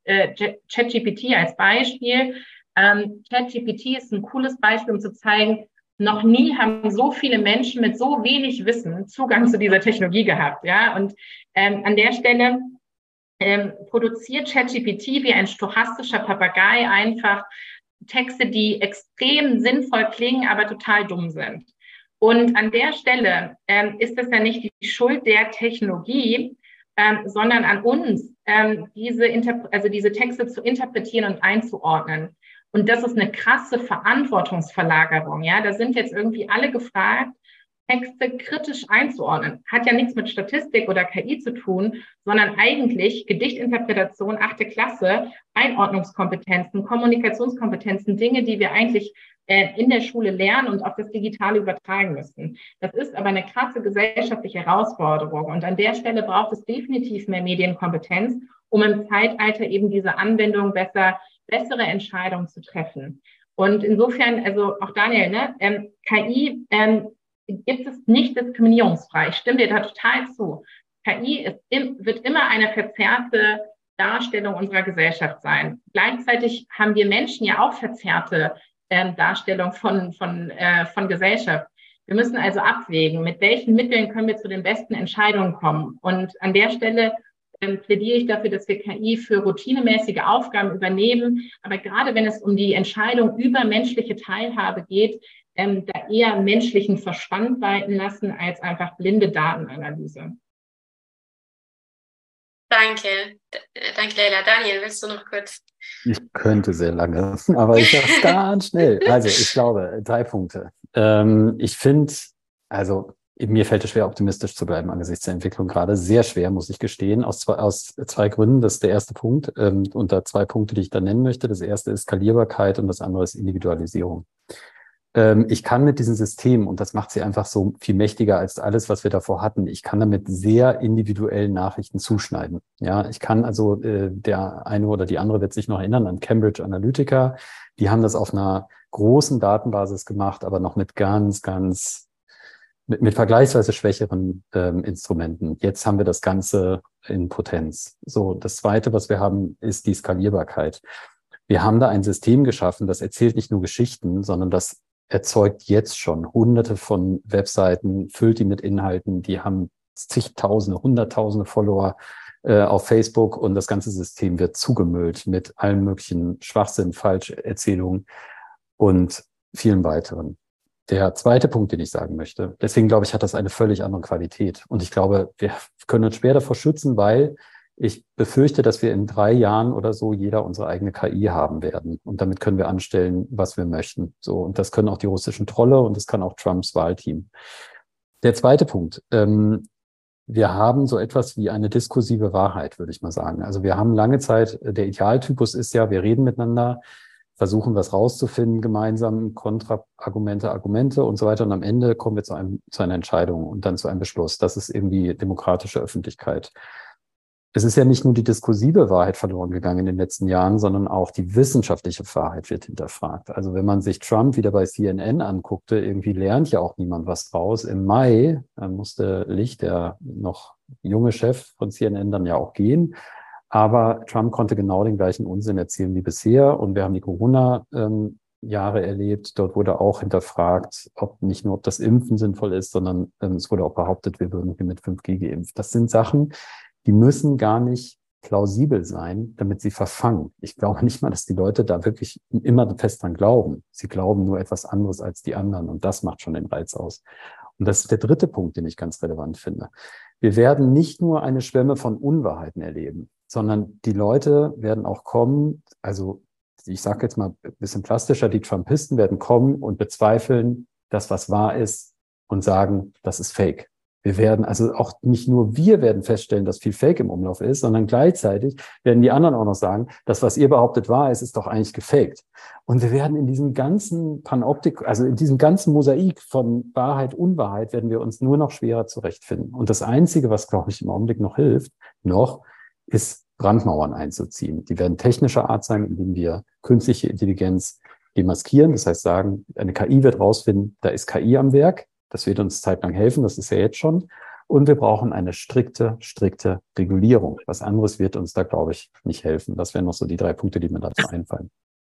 Speaker 2: ChatGPT äh, als Beispiel. Ähm, ChatGPT ist ein cooles Beispiel, um zu zeigen, noch nie haben so viele Menschen mit so wenig Wissen Zugang zu dieser Technologie gehabt, ja. Und ähm, an der Stelle ähm, produziert ChatGPT wie ein stochastischer Papagei einfach Texte, die extrem sinnvoll klingen, aber total dumm sind. Und an der Stelle ähm, ist es ja nicht die Schuld der Technologie, ähm, sondern an uns, ähm, diese, Interp- also diese Texte zu interpretieren und einzuordnen. Und das ist eine krasse Verantwortungsverlagerung. Ja, da sind jetzt irgendwie alle gefragt, Texte kritisch einzuordnen. Hat ja nichts mit Statistik oder K I zu tun, sondern eigentlich Gedichtinterpretation, achte Klasse, Einordnungskompetenzen, Kommunikationskompetenzen, Dinge, die wir eigentlich äh, in der Schule lernen und auf das Digitale übertragen müssen. Das ist aber eine krasse gesellschaftliche Herausforderung. Und an der Stelle braucht es definitiv mehr Medienkompetenz, um im Zeitalter eben diese Anwendung besser bessere Entscheidungen zu treffen. Und insofern, also auch Daniel, ne, ähm, K I ähm, gibt es nicht diskriminierungsfrei. Ich stimme dir da total zu. K I ist im, wird immer eine verzerrte Darstellung unserer Gesellschaft sein. Gleichzeitig haben wir Menschen ja auch verzerrte ähm, Darstellung von, von, äh, von Gesellschaft. Wir müssen also abwägen, mit welchen Mitteln können wir zu den besten Entscheidungen kommen. Und an der Stelle plädiere ich dafür, dass wir K I für routinemäßige Aufgaben übernehmen. Aber gerade wenn es um die Entscheidung über menschliche Teilhabe geht, ähm, da eher menschlichen Verstand walten lassen als einfach blinde Datenanalyse.
Speaker 1: Danke. Danke, Leila. Daniel, willst du noch kurz?
Speaker 3: Ich könnte sehr lange, aber ich sage es ganz schnell. Also ich glaube, drei Punkte. Ähm, ich finde, also mir fällt es schwer, optimistisch zu bleiben angesichts der Entwicklung gerade. Sehr schwer, muss ich gestehen, aus zwei, aus zwei Gründen. Das ist der erste Punkt. Ähm, und da zwei Punkte, die ich da nennen möchte. Das erste ist Skalierbarkeit und das andere ist Individualisierung. Ähm, ich kann mit diesem System, und das macht sie einfach so viel mächtiger als alles, was wir davor hatten, ich kann damit sehr individuellen Nachrichten zuschneiden. Ja, ich kann also, äh, der eine oder die andere wird sich noch erinnern an Cambridge Analytica. Die haben das auf einer großen Datenbasis gemacht, aber noch mit ganz, ganz Mit, mit vergleichsweise schwächeren ähm, Instrumenten. Jetzt haben wir das Ganze in Potenz. So, das Zweite, was wir haben, ist die Skalierbarkeit. Wir haben da ein System geschaffen, das erzählt nicht nur Geschichten, sondern das erzeugt jetzt schon hunderte von Webseiten, füllt die mit Inhalten, die haben zigtausende, hunderttausende Follower äh, auf Facebook und das ganze System wird zugemüllt mit allen möglichen Schwachsinn, Falscherzählungen und vielen weiteren. Der zweite Punkt, den ich sagen möchte, deswegen glaube ich, hat das eine völlig andere Qualität. Und ich glaube, wir können uns schwer davor schützen, weil ich befürchte, dass wir in drei Jahren oder so jeder unsere eigene K I haben werden. Und damit können wir anstellen, was wir möchten. So, und das können auch die russischen Trolle und das kann auch Trumps Wahlteam. Der zweite Punkt. Ähm, wir haben so etwas wie eine diskursive Wahrheit, würde ich mal sagen. Also wir haben lange Zeit, der Idealtypus ist ja, wir reden miteinander, versuchen was rauszufinden, gemeinsam Kontraargumente, Argumente und so weiter. Und am Ende kommen wir zu, einem, zu einer Entscheidung und dann zu einem Beschluss. Das ist irgendwie demokratische Öffentlichkeit. Es ist ja nicht nur die diskursive Wahrheit verloren gegangen in den letzten Jahren, sondern auch die wissenschaftliche Wahrheit wird hinterfragt. Also wenn man sich Trump wieder bei C N N anguckte, irgendwie lernt ja auch niemand was draus. Im Mai musste Licht, der noch junge Chef von C N N, dann ja auch gehen. Aber Trump konnte genau den gleichen Unsinn erzählen wie bisher. Und wir haben die Corona-Jahre erlebt. Dort wurde auch hinterfragt, ob nicht nur, ob das Impfen sinnvoll ist, sondern ähm, es wurde auch behauptet, wir würden hier mit fünf G geimpft. Das sind Sachen, die müssen gar nicht plausibel sein, damit sie verfangen. Ich glaube nicht mal, dass die Leute da wirklich immer fest dran glauben. Sie glauben nur etwas anderes als die anderen. Und das macht schon den Reiz aus. Und das ist der dritte Punkt, den ich ganz relevant finde. Wir werden nicht nur eine Schwemme von Unwahrheiten erleben, sondern die Leute werden auch kommen, also ich sage jetzt mal ein bisschen plastischer, die Trumpisten werden kommen und bezweifeln das, was wahr ist und sagen, das ist Fake. Wir werden, also auch nicht nur wir werden feststellen, dass viel Fake im Umlauf ist, sondern gleichzeitig werden die anderen auch noch sagen, das, was ihr behauptet wahr ist, ist doch eigentlich gefaked. Und wir werden in diesem ganzen Panoptik, also in diesem ganzen Mosaik von Wahrheit, Unwahrheit, werden wir uns nur noch schwerer zurechtfinden. Und das Einzige, was, glaube ich, im Augenblick noch hilft, noch, ist Brandmauern einzuziehen. Die werden technischer Art sein, indem wir künstliche Intelligenz demaskieren. Das heißt sagen, eine K I wird rausfinden, da ist K I am Werk. Das wird uns zeitlang helfen, das ist ja jetzt schon. Und wir brauchen eine strikte, strikte Regulierung. Was anderes wird uns da, glaube ich, nicht helfen. Das wären noch so die drei Punkte, die mir dazu einfallen.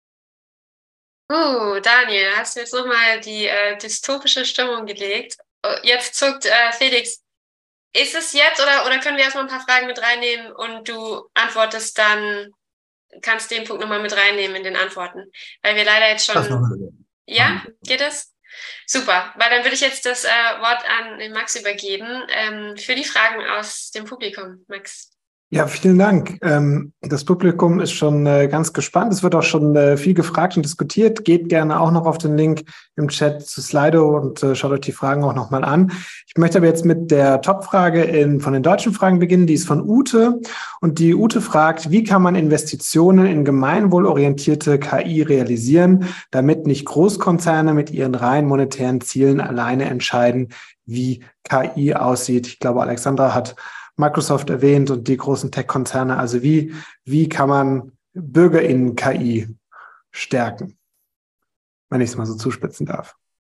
Speaker 1: Oh, Daniel, hast du jetzt nochmal die äh, dystopische Stimmung gelegt. Jetzt zuckt äh, Felix. Ist es jetzt oder, oder können wir erstmal ein paar Fragen mit reinnehmen und du antwortest dann, kannst den Punkt nochmal mit reinnehmen in den Antworten? Weil wir leider jetzt schon... Ja, geht es? Super, weil dann würde ich jetzt das äh, Wort an den Max übergeben ähm, für die Fragen aus dem Publikum. Max.
Speaker 5: Ja, vielen Dank. Ähm, das Publikum ist schon äh, ganz gespannt. Es wird auch schon äh, viel gefragt und diskutiert. Geht gerne auch noch auf den Link im Chat zu Slido und äh, schaut euch die Fragen auch nochmal an. Ich möchte aber jetzt mit der Top-Frage in, von den deutschen Fragen beginnen. Die ist von Ute. Und die Ute fragt, wie kann man Investitionen in gemeinwohlorientierte K I realisieren, damit nicht Großkonzerne mit ihren rein monetären Zielen alleine entscheiden, wie K I aussieht. Ich glaube, Alexandra hat Microsoft erwähnt und die großen Tech-Konzerne. Also wie, wie kann man BürgerInnen-K I stärken? Wenn ich es mal so zuspitzen darf.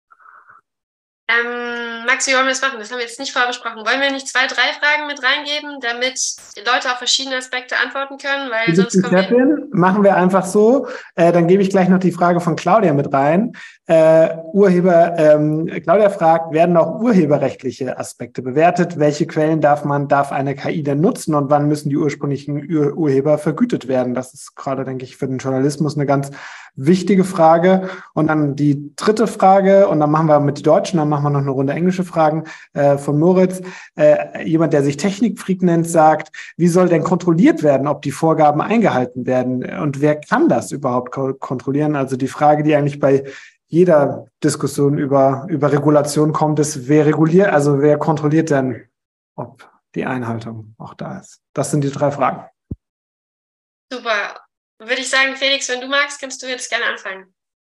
Speaker 1: Ähm, Max, wie wollen wir das machen? Das haben wir jetzt nicht vorher besprochen. Wollen wir nicht zwei, drei Fragen mit reingeben, damit die Leute auf verschiedene Aspekte antworten können? Weil
Speaker 5: Wie
Speaker 1: sonst kommen wir...
Speaker 5: Machen wir einfach so. Äh, dann gebe ich gleich noch die Frage von Claudia mit rein. Äh, Urheber, ähm, Claudia fragt, werden auch urheberrechtliche Aspekte bewertet? Welche Quellen darf man, darf eine K I denn nutzen und wann müssen die ursprünglichen Ur- Urheber vergütet werden? Das ist gerade, denke ich, für den Journalismus eine ganz wichtige Frage. Und dann die dritte Frage, und dann machen wir mit den Deutschen, dann machen wir noch eine Runde englische Fragen äh, von Moritz. Äh, jemand, der sich Technikfreak nennt, sagt, wie soll denn kontrolliert werden, ob die Vorgaben eingehalten werden? Und wer kann das überhaupt ko- kontrollieren? Also die Frage, die eigentlich bei jeder Diskussion über, über Regulation kommt, ist, wer reguliert, also wer kontrolliert denn, ob die Einhaltung auch da ist? Das sind die drei Fragen.
Speaker 1: Super. Würde ich sagen, Felix, wenn du magst, kannst du jetzt gerne anfangen.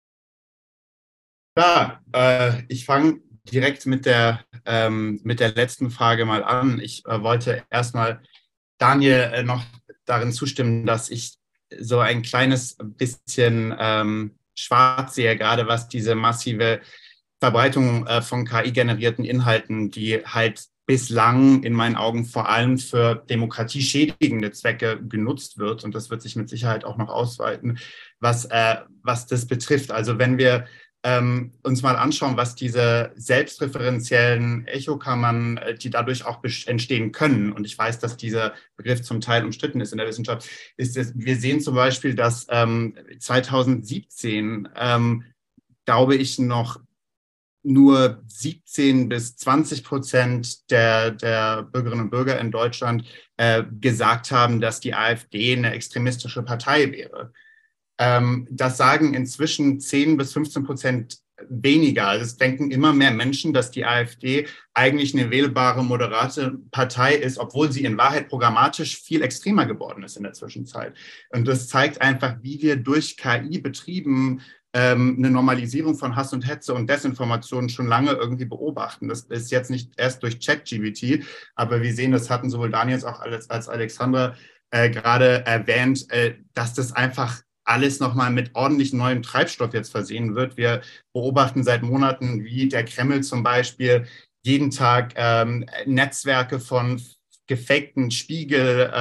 Speaker 4: Ja, äh, ich fange direkt mit der, ähm, mit der letzten Frage mal an. Ich äh, wollte erstmal Daniel äh, noch darin zustimmen, dass ich so ein kleines bisschen ähm, schwarz sehe, gerade was diese massive Verbreitung äh, von K I-generierten Inhalten, die halt bislang in meinen Augen vor allem für demokratieschädigende Zwecke genutzt wird. Und das wird sich mit Sicherheit auch noch ausweiten, was, äh, was das betrifft. Also wenn wir ähm, uns mal anschauen, was diese selbstreferenziellen Echokammern, äh, die dadurch auch entstehen können, und ich weiß, dass dieser Begriff zum Teil umstritten ist in der Wissenschaft, ist es, wir sehen zum Beispiel, dass ähm, zweitausendsiebzehn, ähm, glaube ich, noch nur siebzehn bis zwanzig Prozent der, der Bürgerinnen und Bürger in Deutschland äh, gesagt haben, dass die AfD eine extremistische Partei wäre. Ähm, das sagen inzwischen zehn bis fünfzehn Prozent weniger. Also es denken immer mehr Menschen, dass die AfD eigentlich eine wählbare, moderate Partei ist, obwohl sie in Wahrheit programmatisch viel extremer geworden ist in der Zwischenzeit. Und das zeigt einfach, wie wir durch K I betrieben eine Normalisierung von Hass und Hetze und Desinformation schon lange irgendwie beobachten. Das ist jetzt nicht erst durch ChatGPT, aber wir sehen, das hatten sowohl Daniel auch als, als Alexandra äh, gerade erwähnt, äh, dass das einfach alles nochmal mit ordentlich neuem Treibstoff jetzt versehen wird. Wir beobachten seit Monaten, wie der Kreml zum Beispiel jeden Tag ähm, Netzwerke von gefakten Spiegel, äh,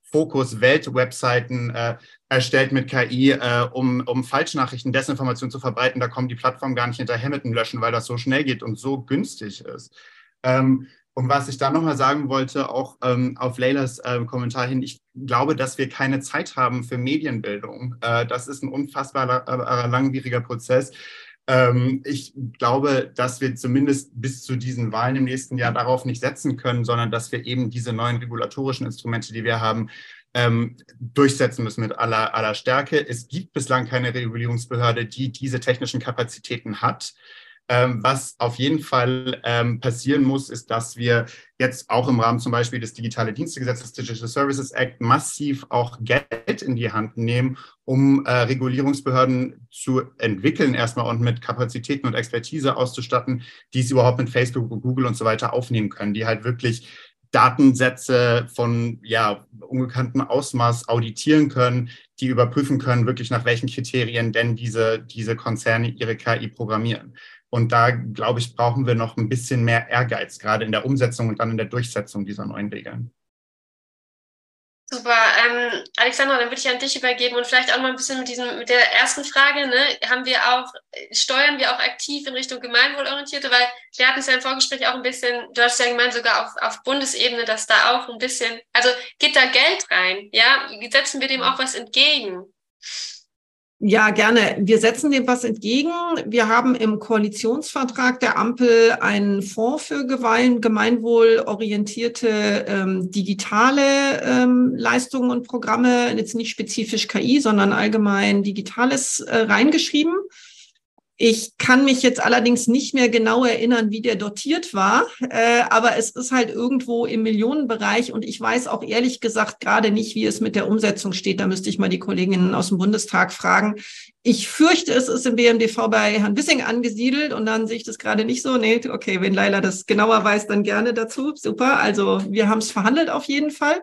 Speaker 4: Fokus-Welt-Webseiten äh, erstellt mit K I, äh, um, um Falschnachrichten, Desinformation zu verbreiten. Da kommen die Plattformen gar nicht hinterher mit dem Löschen, weil das so schnell geht und so günstig ist. Ähm, und was ich da nochmal sagen wollte, auch ähm, auf Leylas äh, Kommentar hin, ich glaube, dass wir keine Zeit haben für Medienbildung. Äh, das ist ein unfassbar äh, langwieriger Prozess. Ähm, ich glaube, dass wir zumindest bis zu diesen Wahlen im nächsten Jahr darauf nicht setzen können, sondern dass wir eben diese neuen regulatorischen Instrumente, die wir haben, ähm, durchsetzen müssen mit aller, aller Stärke. Es gibt bislang keine Regulierungsbehörde, die diese technischen Kapazitäten hat. Ähm, was auf jeden Fall ähm, passieren muss, ist, dass wir jetzt auch im Rahmen zum Beispiel des Digitale Dienstegesetzes, Digital Services Act, massiv auch Geld in die Hand nehmen, um äh, Regulierungsbehörden zu entwickeln erstmal und mit Kapazitäten und Expertise auszustatten, die es überhaupt mit Facebook, Google und so weiter aufnehmen können, die halt wirklich Datensätze von ja, unbekanntem Ausmaß auditieren können, die überprüfen können, wirklich nach welchen Kriterien denn diese, diese Konzerne ihre K I programmieren. Und da, glaube ich, brauchen wir noch ein bisschen mehr Ehrgeiz, gerade in der Umsetzung und dann in der Durchsetzung dieser neuen Regeln.
Speaker 1: Super. Ähm, Alexandra, dann würde ich an dich übergeben und vielleicht auch mal ein bisschen mit diesem, mit der ersten Frage, ne, haben wir auch, steuern wir auch aktiv in Richtung Gemeinwohlorientierte, weil wir hatten es ja im Vorgespräch auch ein bisschen, du hast ja gemeint, sogar auf, auf Bundesebene, dass da auch ein bisschen, also geht da Geld rein, ja? Setzen wir dem auch was entgegen?
Speaker 7: Ja, gerne. Wir setzen dem was entgegen. Wir haben im Koalitionsvertrag der Ampel einen Fonds für gemeinwohlorientierte ähm, digitale ähm, Leistungen und Programme, jetzt nicht spezifisch K I, sondern allgemein Digitales äh, reingeschrieben. Ich kann mich jetzt allerdings nicht mehr genau erinnern, wie der dotiert war, äh, aber es ist halt irgendwo im Millionenbereich und ich weiß auch ehrlich gesagt gerade nicht, wie es mit der Umsetzung steht. Da müsste ich mal die Kolleginnen aus dem Bundestag fragen. Ich fürchte, es ist im B M D V bei Herrn Wissing angesiedelt und dann sehe ich das gerade nicht so. Nee, okay, wenn Leila das genauer weiß, dann gerne dazu. Super, also wir haben es verhandelt auf jeden Fall.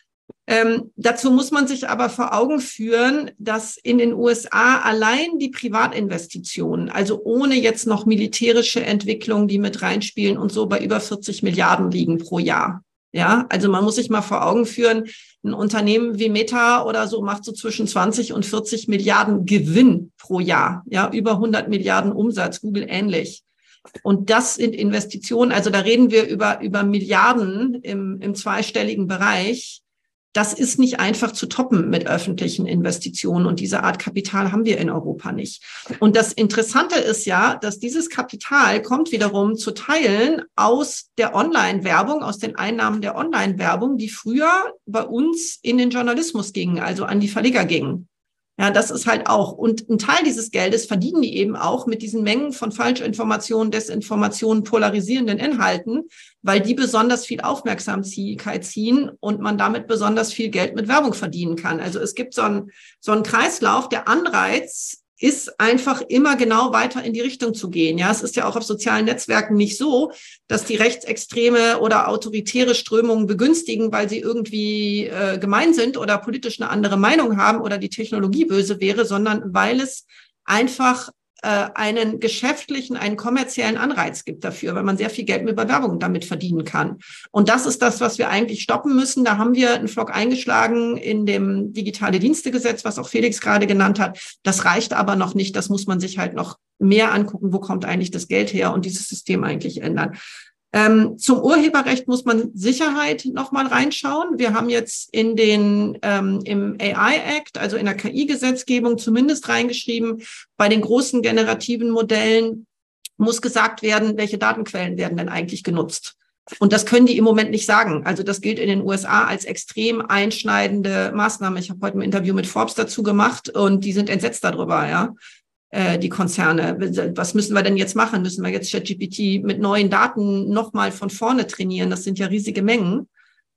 Speaker 7: Ähm, dazu muss man sich aber vor Augen führen, dass in den U S A allein die Privatinvestitionen, also ohne jetzt noch militärische Entwicklungen, die mit reinspielen und so, bei über vierzig Milliarden liegen pro Jahr. Ja, also man muss sich mal vor Augen führen, ein Unternehmen wie Meta oder so macht so zwischen zwanzig und vierzig Milliarden Gewinn pro Jahr. Ja, über hundert Milliarden Umsatz, Google ähnlich. Und das sind Investitionen, also da reden wir über, über Milliarden im, im zweistelligen Bereich. Das ist nicht einfach zu toppen mit öffentlichen Investitionen und diese Art Kapital haben wir in Europa nicht. Und das Interessante ist ja, dass dieses Kapital kommt wiederum zu Teilen aus der Online-Werbung, aus den Einnahmen der Online-Werbung, die früher bei uns in den Journalismus gingen, also an die Verleger gingen. Ja, das ist halt auch. Und ein Teil dieses Geldes verdienen die eben auch mit diesen Mengen von Falschinformationen, Desinformationen, polarisierenden Inhalten, weil die besonders viel Aufmerksamkeit ziehen und man damit besonders viel Geld mit Werbung verdienen kann. Also es gibt so einen, so einen Kreislauf, der Anreiz ist einfach immer genau weiter in die Richtung zu gehen. Ja, es ist ja auch auf sozialen Netzwerken nicht so, dass die rechtsextreme oder autoritäre Strömungen begünstigen, weil sie irgendwie äh, gemein sind oder politisch eine andere Meinung haben oder die Technologie böse wäre, sondern weil es einfach äh, einen geschäftlichen, einen kommerziellen Anreiz gibt dafür, weil man sehr viel Geld mit Werbung damit verdienen kann. Und das ist das, was wir eigentlich stoppen müssen. Da haben wir einen Pflock eingeschlagen in dem Digitale Dienstegesetz, was auch Felix gerade genannt hat. Das reicht aber noch nicht. Das muss man sich halt noch mehr angucken, wo kommt eigentlich das Geld her und dieses System eigentlich ändern. Ähm, zum Urheberrecht muss man Sicherheit nochmal reinschauen. Wir haben jetzt in den ähm, im A I Act, also in der K I-Gesetzgebung zumindest reingeschrieben, bei den großen generativen Modellen muss gesagt werden, welche Datenquellen werden denn eigentlich genutzt. Und das können die im Moment nicht sagen. Also das gilt in den U S A als extrem einschneidende Maßnahme. Ich habe heute ein Interview mit Forbes dazu gemacht und die sind entsetzt darüber, ja. Die Konzerne. Was müssen wir denn jetzt machen? Müssen wir jetzt ChatGPT mit neuen Daten nochmal von vorne trainieren? Das sind ja riesige Mengen.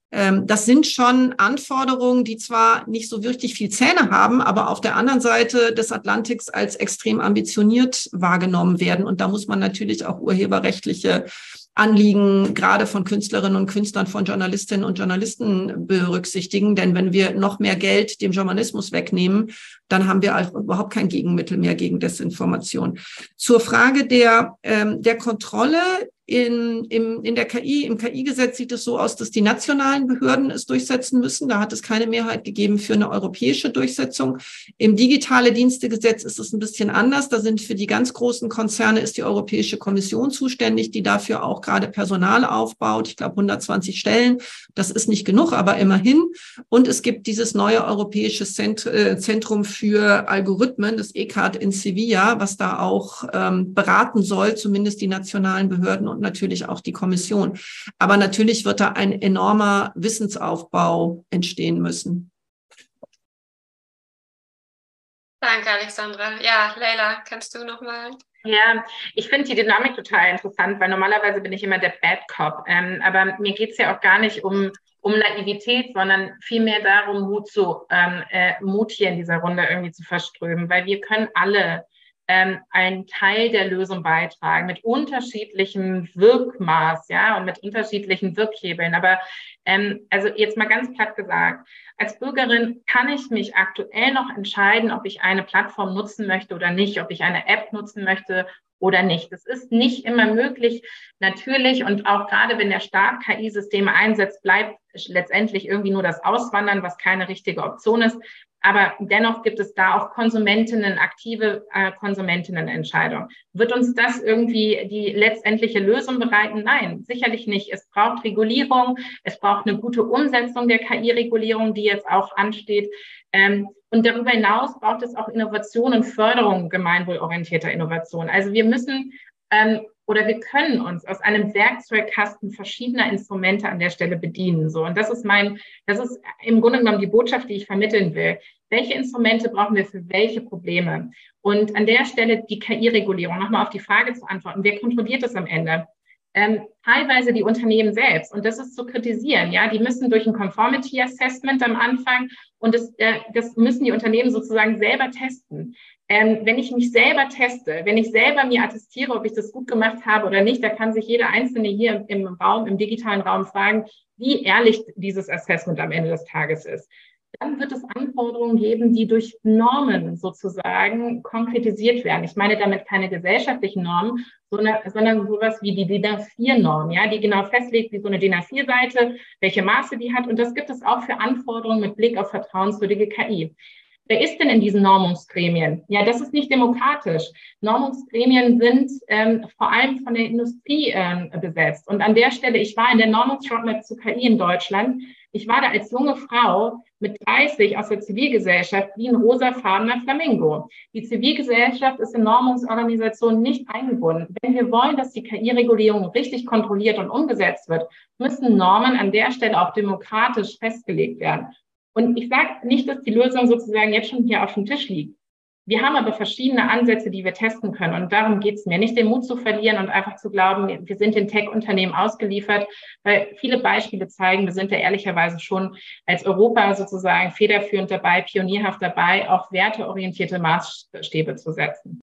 Speaker 7: Das sind schon Anforderungen, die zwar nicht so wirklich viel Zähne haben, aber auf der anderen Seite des Atlantiks als extrem ambitioniert wahrgenommen werden. Und da muss man natürlich auch urheberrechtliche Anliegen gerade von Künstlerinnen und Künstlern, von Journalistinnen und Journalisten berücksichtigen. Denn wenn wir noch mehr Geld dem Journalismus wegnehmen, dann haben wir also überhaupt kein Gegenmittel mehr gegen Desinformation. Zur Frage der, ähm, der Kontrolle in, im, in der K I, im K I-Gesetz sieht es so aus, dass die nationalen Behörden es durchsetzen müssen. Da hat es keine Mehrheit gegeben für eine europäische Durchsetzung. Im digitale Dienstegesetz ist es ein bisschen anders. Da sind für die ganz großen Konzerne ist die Europäische Kommission zuständig, die dafür auch gerade Personal aufbaut. Ich glaube hundertzwanzig Stellen. Das ist nicht genug, aber immerhin. Und es gibt dieses neue europäische Zentrum für Algorithmen, das E C A D in Sevilla, was da auch ähm, beraten soll, zumindest die nationalen Behörden und natürlich auch die Kommission. Aber natürlich wird da ein enormer Wissensaufbau entstehen müssen.
Speaker 1: Danke, Alexandra. Ja, Leila, kannst du noch mal?
Speaker 2: Ja, ich finde die Dynamik total interessant, weil normalerweise bin ich immer der Bad Cop. Ähm, aber mir geht es ja auch gar nicht um, um Naivität, sondern vielmehr darum, Mut, zu, ähm, äh, Mut hier in dieser Runde irgendwie zu verströmen, weil wir können alle ähm, einen Teil der Lösung beitragen mit unterschiedlichem Wirkmaß, ja, und mit unterschiedlichen Wirkhebeln. Aber ähm, also jetzt mal ganz platt gesagt, als Bürgerin kann ich mich aktuell noch entscheiden, ob ich eine Plattform nutzen möchte oder nicht, ob ich eine App nutzen möchte oder nicht. Das ist nicht immer möglich, natürlich. Und auch gerade wenn der Staat K I-Systeme einsetzt, bleibt letztendlich irgendwie nur das Auswandern, was keine richtige Option ist. Aber dennoch gibt es da auch Konsumentinnen, aktive äh, Konsumentinnenentscheidungen. Wird uns das irgendwie die letztendliche Lösung bereiten? Nein, sicherlich nicht. Es braucht Regulierung, es braucht eine gute Umsetzung der K I-Regulierung, die jetzt auch ansteht. Ähm, und darüber hinaus braucht es auch Innovation und Förderung gemeinwohlorientierter Innovation. Also wir müssen ähm, oder wir können uns aus einem Werkzeugkasten verschiedener Instrumente an der Stelle bedienen. So. Und das ist mein, das ist im Grunde genommen die Botschaft, die ich vermitteln will. Welche Instrumente brauchen wir für welche Probleme? Und an der Stelle die K I-Regulierung, nochmal auf die Frage zu antworten, wer kontrolliert das am Ende? Ähm, teilweise die Unternehmen selbst. Und das ist zu kritisieren. Ja, die müssen durch ein Conformity Assessment am Anfang und das, äh, das müssen die Unternehmen sozusagen selber testen. Ähm, wenn ich mich selber teste, wenn ich selber mir attestiere, ob ich das gut gemacht habe oder nicht, da kann sich jeder Einzelne hier im, im Raum, im digitalen Raum fragen, wie ehrlich dieses Assessment am Ende des Tages ist. Dann wird es Anforderungen geben, die durch Normen sozusagen konkretisiert werden. Ich meine damit keine gesellschaftlichen Normen, sondern, sondern sowas wie die D I N A vier Norm, ja, die genau festlegt, wie so eine D I N A vier Seite, welche Maße die hat. Und das gibt es auch für Anforderungen mit Blick auf vertrauenswürdige K I. Wer ist denn in diesen Normungsgremien? Ja, das ist nicht demokratisch. Normungsgremien sind ähm, vor allem von der Industrie ähm, besetzt. Und an der Stelle, ich war in der Normungsroadmap zu K I in Deutschland. Ich war da als junge Frau mit dreißig aus der Zivilgesellschaft wie ein rosafarbener Flamingo. Die Zivilgesellschaft ist in Normungsorganisationen nicht eingebunden. Wenn wir wollen, dass die K I-Regulierung richtig kontrolliert und umgesetzt wird, müssen Normen an der Stelle auch demokratisch festgelegt werden. Und ich sage nicht, dass die Lösung sozusagen jetzt schon hier auf dem Tisch liegt. Wir haben aber verschiedene Ansätze, die wir testen können. Und darum geht es mir, nicht den Mut zu verlieren und einfach zu glauben, wir sind den Tech-Unternehmen ausgeliefert, weil viele Beispiele zeigen, wir sind ja ehrlicherweise schon als Europa sozusagen federführend dabei, pionierhaft dabei, auch werteorientierte Maßstäbe zu setzen.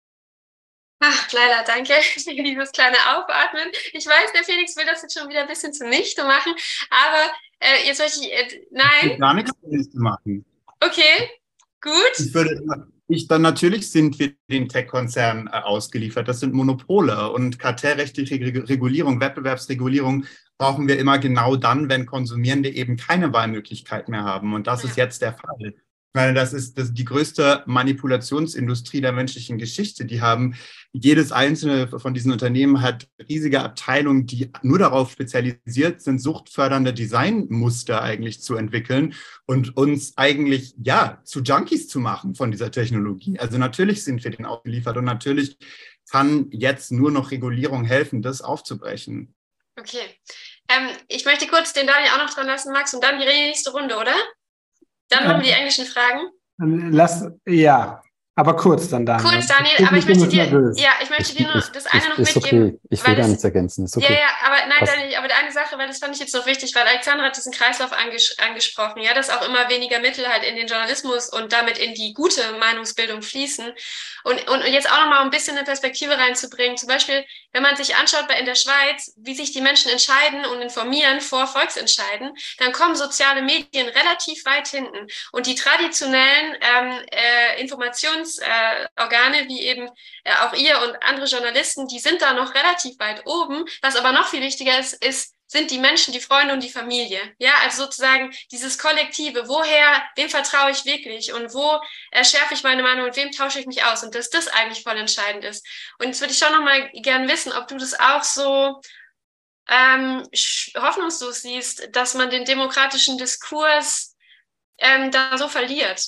Speaker 1: Ach, Leila, danke für dieses kleine Aufatmen. Ich weiß, der Felix will das jetzt schon wieder ein bisschen zunichte machen, aber äh, jetzt möchte ich, äh, nein.
Speaker 4: Ich will gar nichts zunichte machen.
Speaker 1: Okay, gut.
Speaker 4: Ich würde ich, dann natürlich sind wir den Tech-Konzernen äh, ausgeliefert. Das sind Monopole und kartellrechtliche Regulierung, Wettbewerbsregulierung brauchen wir immer genau dann, wenn Konsumierende eben keine Wahlmöglichkeit mehr haben. Und das ja. ist jetzt der Fall. Weil das ist, das ist die größte Manipulationsindustrie der menschlichen Geschichte. Die haben, jedes einzelne von diesen Unternehmen hat riesige Abteilungen, die nur darauf spezialisiert sind, suchtfördernde Designmuster eigentlich zu entwickeln und uns eigentlich, ja, zu Junkies zu machen von dieser Technologie. Also natürlich sind wir denen ausgeliefert und natürlich kann jetzt nur noch Regulierung helfen, das aufzubrechen.
Speaker 1: Okay. Ähm, ich möchte kurz den Daniel auch noch dran lassen, Max, und dann die nächste Runde, oder? Dann machen wir die englischen Fragen.
Speaker 5: Lass, ja, Aber kurz dann, Daniel.
Speaker 1: Kurz, Daniel, aber ich möchte dir, ja, ich möchte dir nur das eine noch
Speaker 3: ist
Speaker 1: mitgeben.
Speaker 3: Okay. Ich will gar nichts ergänzen. Ist okay.
Speaker 1: Ja, ja, aber nein,
Speaker 3: Was?
Speaker 1: Daniel, aber eine Sache, weil das fand ich jetzt noch wichtig, weil Alexandra hat diesen Kreislauf anges angesprochen, ja, dass auch immer weniger Mittel halt in den Journalismus und damit in die gute Meinungsbildung fließen. Und, und jetzt auch nochmal ein bisschen eine Perspektive reinzubringen. Zum Beispiel, wenn man sich anschaut bei in der Schweiz, wie sich die Menschen entscheiden und informieren vor Volksentscheiden, dann kommen soziale Medien relativ weit hinten. Und die traditionellen ähm, äh, Informationsorgane, äh, wie eben äh, auch ihr und andere Journalisten, die sind da noch relativ weit oben. Was aber noch viel wichtiger ist, ist, sind die Menschen, die Freunde und die Familie. Ja, also sozusagen dieses Kollektive. Woher, wem vertraue ich wirklich und wo äh, schärfe ich meine Meinung und wem tausche ich mich aus? Und dass das eigentlich voll entscheidend ist. Und jetzt würde ich schon noch mal gern wissen, ob du das auch so ähm, hoffnungslos siehst, dass man den demokratischen Diskurs ähm, da so verliert.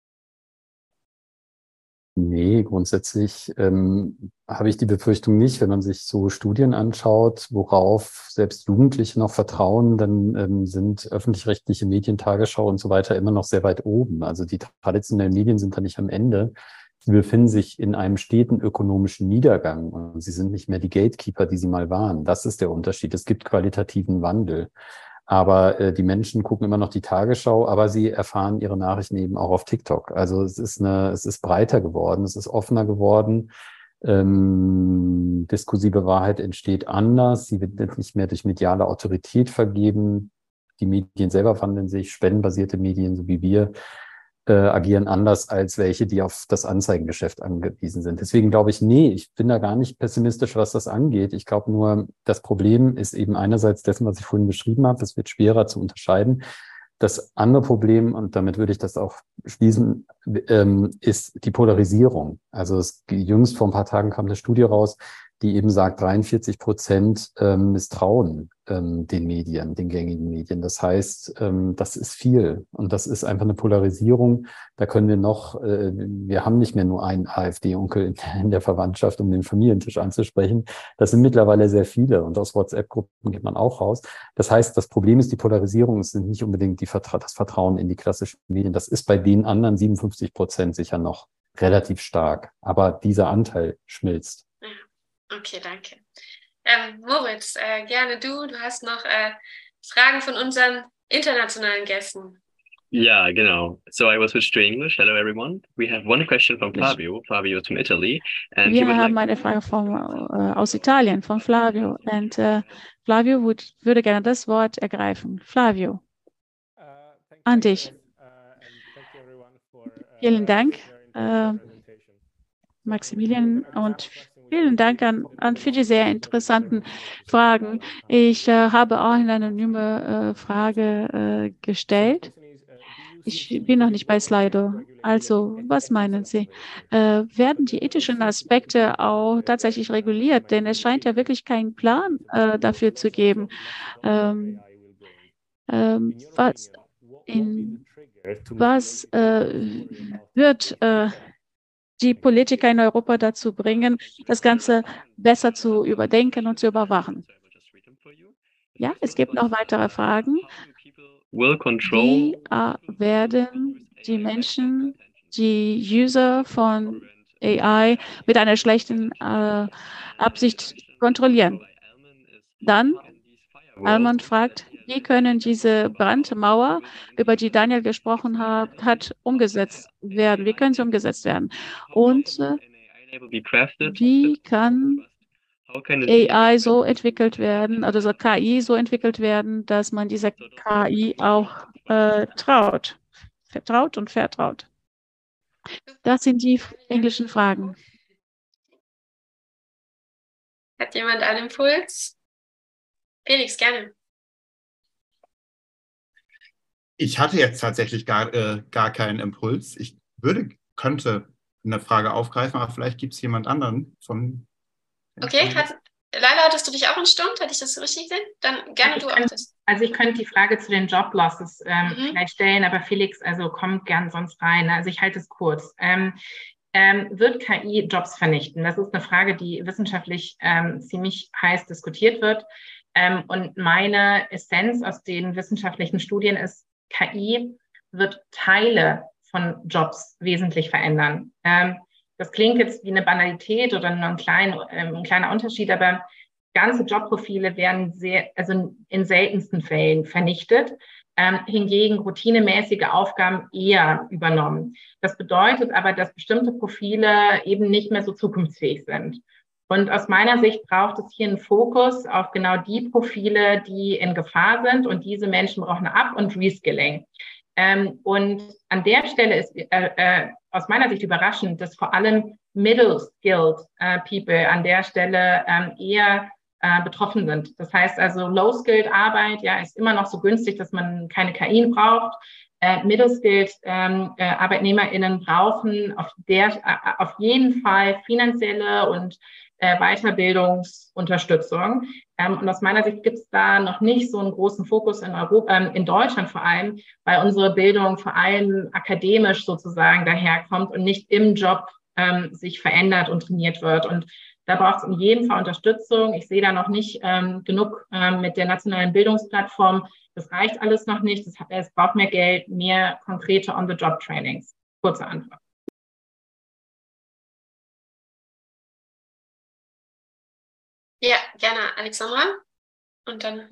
Speaker 3: Nee, grundsätzlich ähm, habe ich die Befürchtung nicht, wenn man sich so Studien anschaut, worauf selbst Jugendliche noch vertrauen, dann ähm, sind öffentlich-rechtliche Medien, Tagesschau und so weiter immer noch sehr weit oben. Also die traditionellen Medien sind da nicht am Ende. Sie befinden sich in einem steten ökonomischen Niedergang und sie sind nicht mehr die Gatekeeper, die sie mal waren. Das ist der Unterschied. Es gibt qualitativen Wandel. Aber äh, die Menschen gucken immer noch die Tagesschau, aber sie erfahren ihre Nachrichten eben auch auf TikTok. Also es ist eine, es ist breiter geworden, es ist offener geworden. Ähm, diskursive Wahrheit entsteht anders. Sie wird nicht mehr durch mediale Autorität vergeben. Die Medien selber wandeln sich, spendenbasierte Medien, so wie wir, äh, agieren anders als welche, die auf das Anzeigengeschäft angewiesen sind. Deswegen glaube ich, nee, ich bin da gar nicht pessimistisch, was das angeht. Ich glaube nur, das Problem ist eben einerseits dessen, was ich vorhin beschrieben habe, es wird schwerer zu unterscheiden. Das andere Problem, und damit würde ich das auch schließen, ähm, ist die Polarisierung. Also es, jüngst vor ein paar Tagen kam eine Studie raus, die eben sagt, dreiundvierzig Prozent ähm, misstrauen ähm, den Medien, den gängigen Medien. Das heißt, ähm, das ist viel und das ist einfach eine Polarisierung. Da können wir noch, äh, wir haben nicht mehr nur einen AfD-Onkel in, in der Verwandtschaft, um den Familientisch anzusprechen. Das sind mittlerweile sehr viele und aus WhatsApp-Gruppen geht man auch raus. Das heißt, das Problem ist die Polarisierung, es sind nicht unbedingt die Vertra- das Vertrauen in die klassischen Medien. Das ist bei den anderen siebenundfünfzig Prozent sicher noch relativ stark, aber dieser Anteil schmilzt.
Speaker 1: Okay, danke. Ähm, Moritz, äh, gerne du. Du hast noch äh, Fragen von unseren internationalen Gästen.
Speaker 6: Yeah, genau. So I will switch to English. Hello, everyone. We have one question from Flavio. Flavio is from Italy. And
Speaker 8: Wir haben like eine Frage vom, äh, aus Italien, von Flavio. Und äh, Flavio would, würde gerne das Wort ergreifen. Flavio, an dich. Vielen Dank, äh, Maximilian, und vielen Dank an, an für die sehr interessanten Fragen. Ich äh, habe auch eine anonyme äh, Frage äh, gestellt. Ich bin noch nicht bei Slido. Also, was meinen Sie? Äh, werden die ethischen Aspekte auch tatsächlich reguliert? Denn es scheint ja wirklich keinen Plan äh, dafür zu geben. Ähm, ähm, was in, was äh, wird äh, die Politiker in Europa dazu bringen, das Ganze besser zu überdenken und zu überwachen? Ja, es gibt noch weitere Fragen. Wie äh, werden die Menschen, die User von A I mit einer schlechten äh, Absicht kontrollieren? Dann, Alman fragt, wie können diese Brandmauer, über die Daniel gesprochen hat, hat umgesetzt werden? Wie können sie umgesetzt werden? Und äh, wie kann A I so entwickelt werden, also K I so entwickelt werden, dass man dieser K I auch äh, traut, vertraut und vertraut? Das sind die englischen Fragen.
Speaker 1: Hat jemand einen Impuls? Felix, gerne.
Speaker 4: Ich hatte jetzt tatsächlich gar, äh, gar keinen Impuls. Ich würde, könnte eine Frage aufgreifen, aber vielleicht gibt es jemand anderen von.
Speaker 1: Okay, hat, Leila, hattest du dich auch in Sturm? Hatte ich das so richtig gesehen? Dann gerne du auch das.
Speaker 2: Also ich könnte die Frage zu den Joblosses ähm, mhm. vielleicht stellen, aber Felix, also kommt gern sonst rein. Also ich halte es kurz. Ähm, ähm, wird K I Jobs vernichten? Das ist eine Frage, die wissenschaftlich ähm, ziemlich heiß diskutiert wird. Ähm, und meine Essenz aus den wissenschaftlichen Studien ist, K I wird Teile von Jobs wesentlich verändern. Ähm, das klingt jetzt wie eine Banalität oder nur ein, klein, äh, ein kleiner Unterschied, aber ganze Jobprofile werden sehr, also in seltensten Fällen vernichtet. Ähm, hingegen routinemäßige Aufgaben eher übernommen. Das bedeutet aber, dass bestimmte Profile eben nicht mehr so zukunftsfähig sind. Und aus meiner Sicht braucht es hier einen Fokus auf genau die Profile, die in Gefahr sind, und diese Menschen brauchen Up- und Reskilling. Ähm, und an der Stelle ist äh, äh, aus meiner Sicht überraschend, dass vor allem middle-skilled äh, People an der Stelle ähm, eher Äh, betroffen sind. Das heißt also, low-skilled Arbeit, ja, ist immer noch so günstig, dass man keine K I braucht. Äh, middle-skilled ähm, äh, ArbeitnehmerInnen brauchen auf, der, äh, auf jeden Fall finanzielle und äh, Weiterbildungsunterstützung. Ähm, und aus meiner Sicht gibt es da noch nicht so einen großen Fokus in Europa, ähm, in Deutschland vor allem, weil unsere Bildung vor allem akademisch sozusagen daherkommt und nicht im Job ähm, sich verändert und trainiert wird. Und da braucht es in jedem Fall Unterstützung. Ich sehe da noch nicht ähm, genug ähm, mit der nationalen Bildungsplattform. Das reicht alles noch nicht. Das, es braucht mehr Geld, mehr konkrete On-the-Job-Trainings. Kurze Antwort.
Speaker 1: Ja, gerne, Alexandra. Und dann.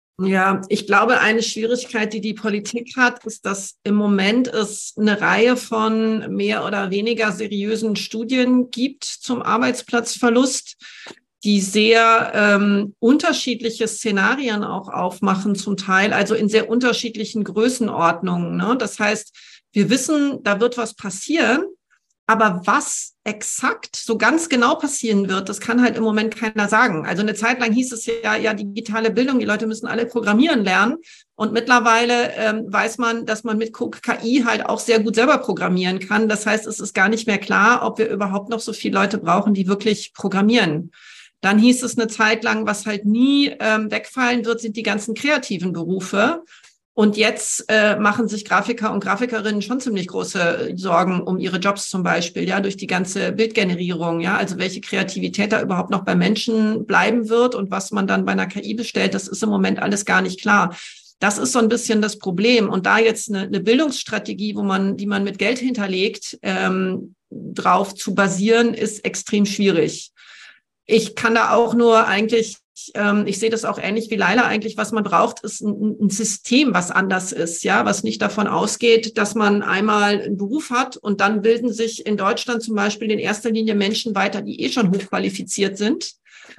Speaker 7: Ja, ich glaube, eine Schwierigkeit, die die Politik hat, ist, dass im Moment es eine Reihe von mehr oder weniger seriösen Studien gibt zum Arbeitsplatzverlust, die sehr ähm, unterschiedliche Szenarien auch aufmachen zum Teil, also in sehr unterschiedlichen Größenordnungen, ne? Das heißt, wir wissen, da wird was passieren, aber was exakt so ganz genau passieren wird, das kann halt im Moment keiner sagen. Also eine Zeit lang hieß es ja, ja, digitale Bildung, die Leute müssen alle programmieren lernen. Und mittlerweile ähm, weiß man, dass man mit K I halt auch sehr gut selber programmieren kann. Das heißt, es ist gar nicht mehr klar, ob wir überhaupt noch so viele Leute brauchen, die wirklich programmieren. Dann hieß es eine Zeit lang, was halt nie ähm, wegfallen wird, sind die ganzen kreativen Berufe. Und jetzt äh, machen sich Grafiker und Grafikerinnen schon ziemlich große Sorgen um ihre Jobs zum Beispiel, ja, durch die ganze Bildgenerierung, ja, also welche Kreativität da überhaupt noch bei Menschen bleiben wird und was man dann bei einer K I bestellt, das ist im Moment alles gar nicht klar. Das ist so ein bisschen das Problem. Und da jetzt eine, eine Bildungsstrategie, wo man, die man mit Geld hinterlegt, ähm, drauf zu basieren, ist extrem schwierig. Ich kann da auch nur eigentlich, ähm, ich sehe das auch ähnlich wie Laila eigentlich, was man braucht, ist ein, ein System, was anders ist, ja, was nicht davon ausgeht, dass man einmal einen Beruf hat und dann bilden sich in Deutschland zum Beispiel in erster Linie Menschen weiter, die eh schon hochqualifiziert sind.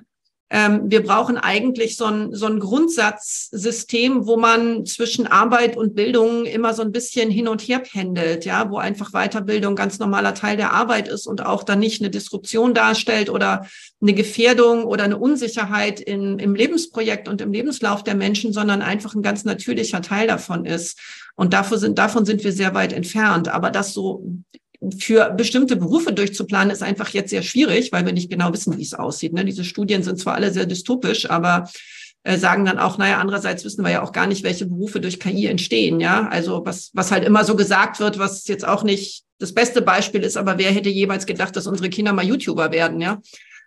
Speaker 7: Ähm, wir brauchen eigentlich so ein, so ein Grundsatzsystem, wo man zwischen Arbeit und Bildung immer so ein bisschen hin und her pendelt, ja, wo einfach Weiterbildung ganz normaler Teil der Arbeit ist und auch dann nicht eine Disruption darstellt oder eine Gefährdung oder eine Unsicherheit in, im Lebensprojekt und im Lebenslauf der Menschen, sondern einfach ein ganz natürlicher Teil davon ist. Und dafür sind, davon sind wir sehr weit entfernt. Aber das so für bestimmte Berufe durchzuplanen, ist einfach jetzt sehr schwierig, weil wir nicht genau wissen, wie es aussieht. Ne? Diese Studien sind zwar alle sehr dystopisch, aber äh, sagen dann auch, naja, andererseits wissen wir ja auch gar nicht, welche Berufe durch K I entstehen. Ja, also was, was halt immer so gesagt wird, was jetzt auch nicht das beste Beispiel ist, aber wer hätte jemals gedacht, dass unsere Kinder mal YouTuber werden, ja?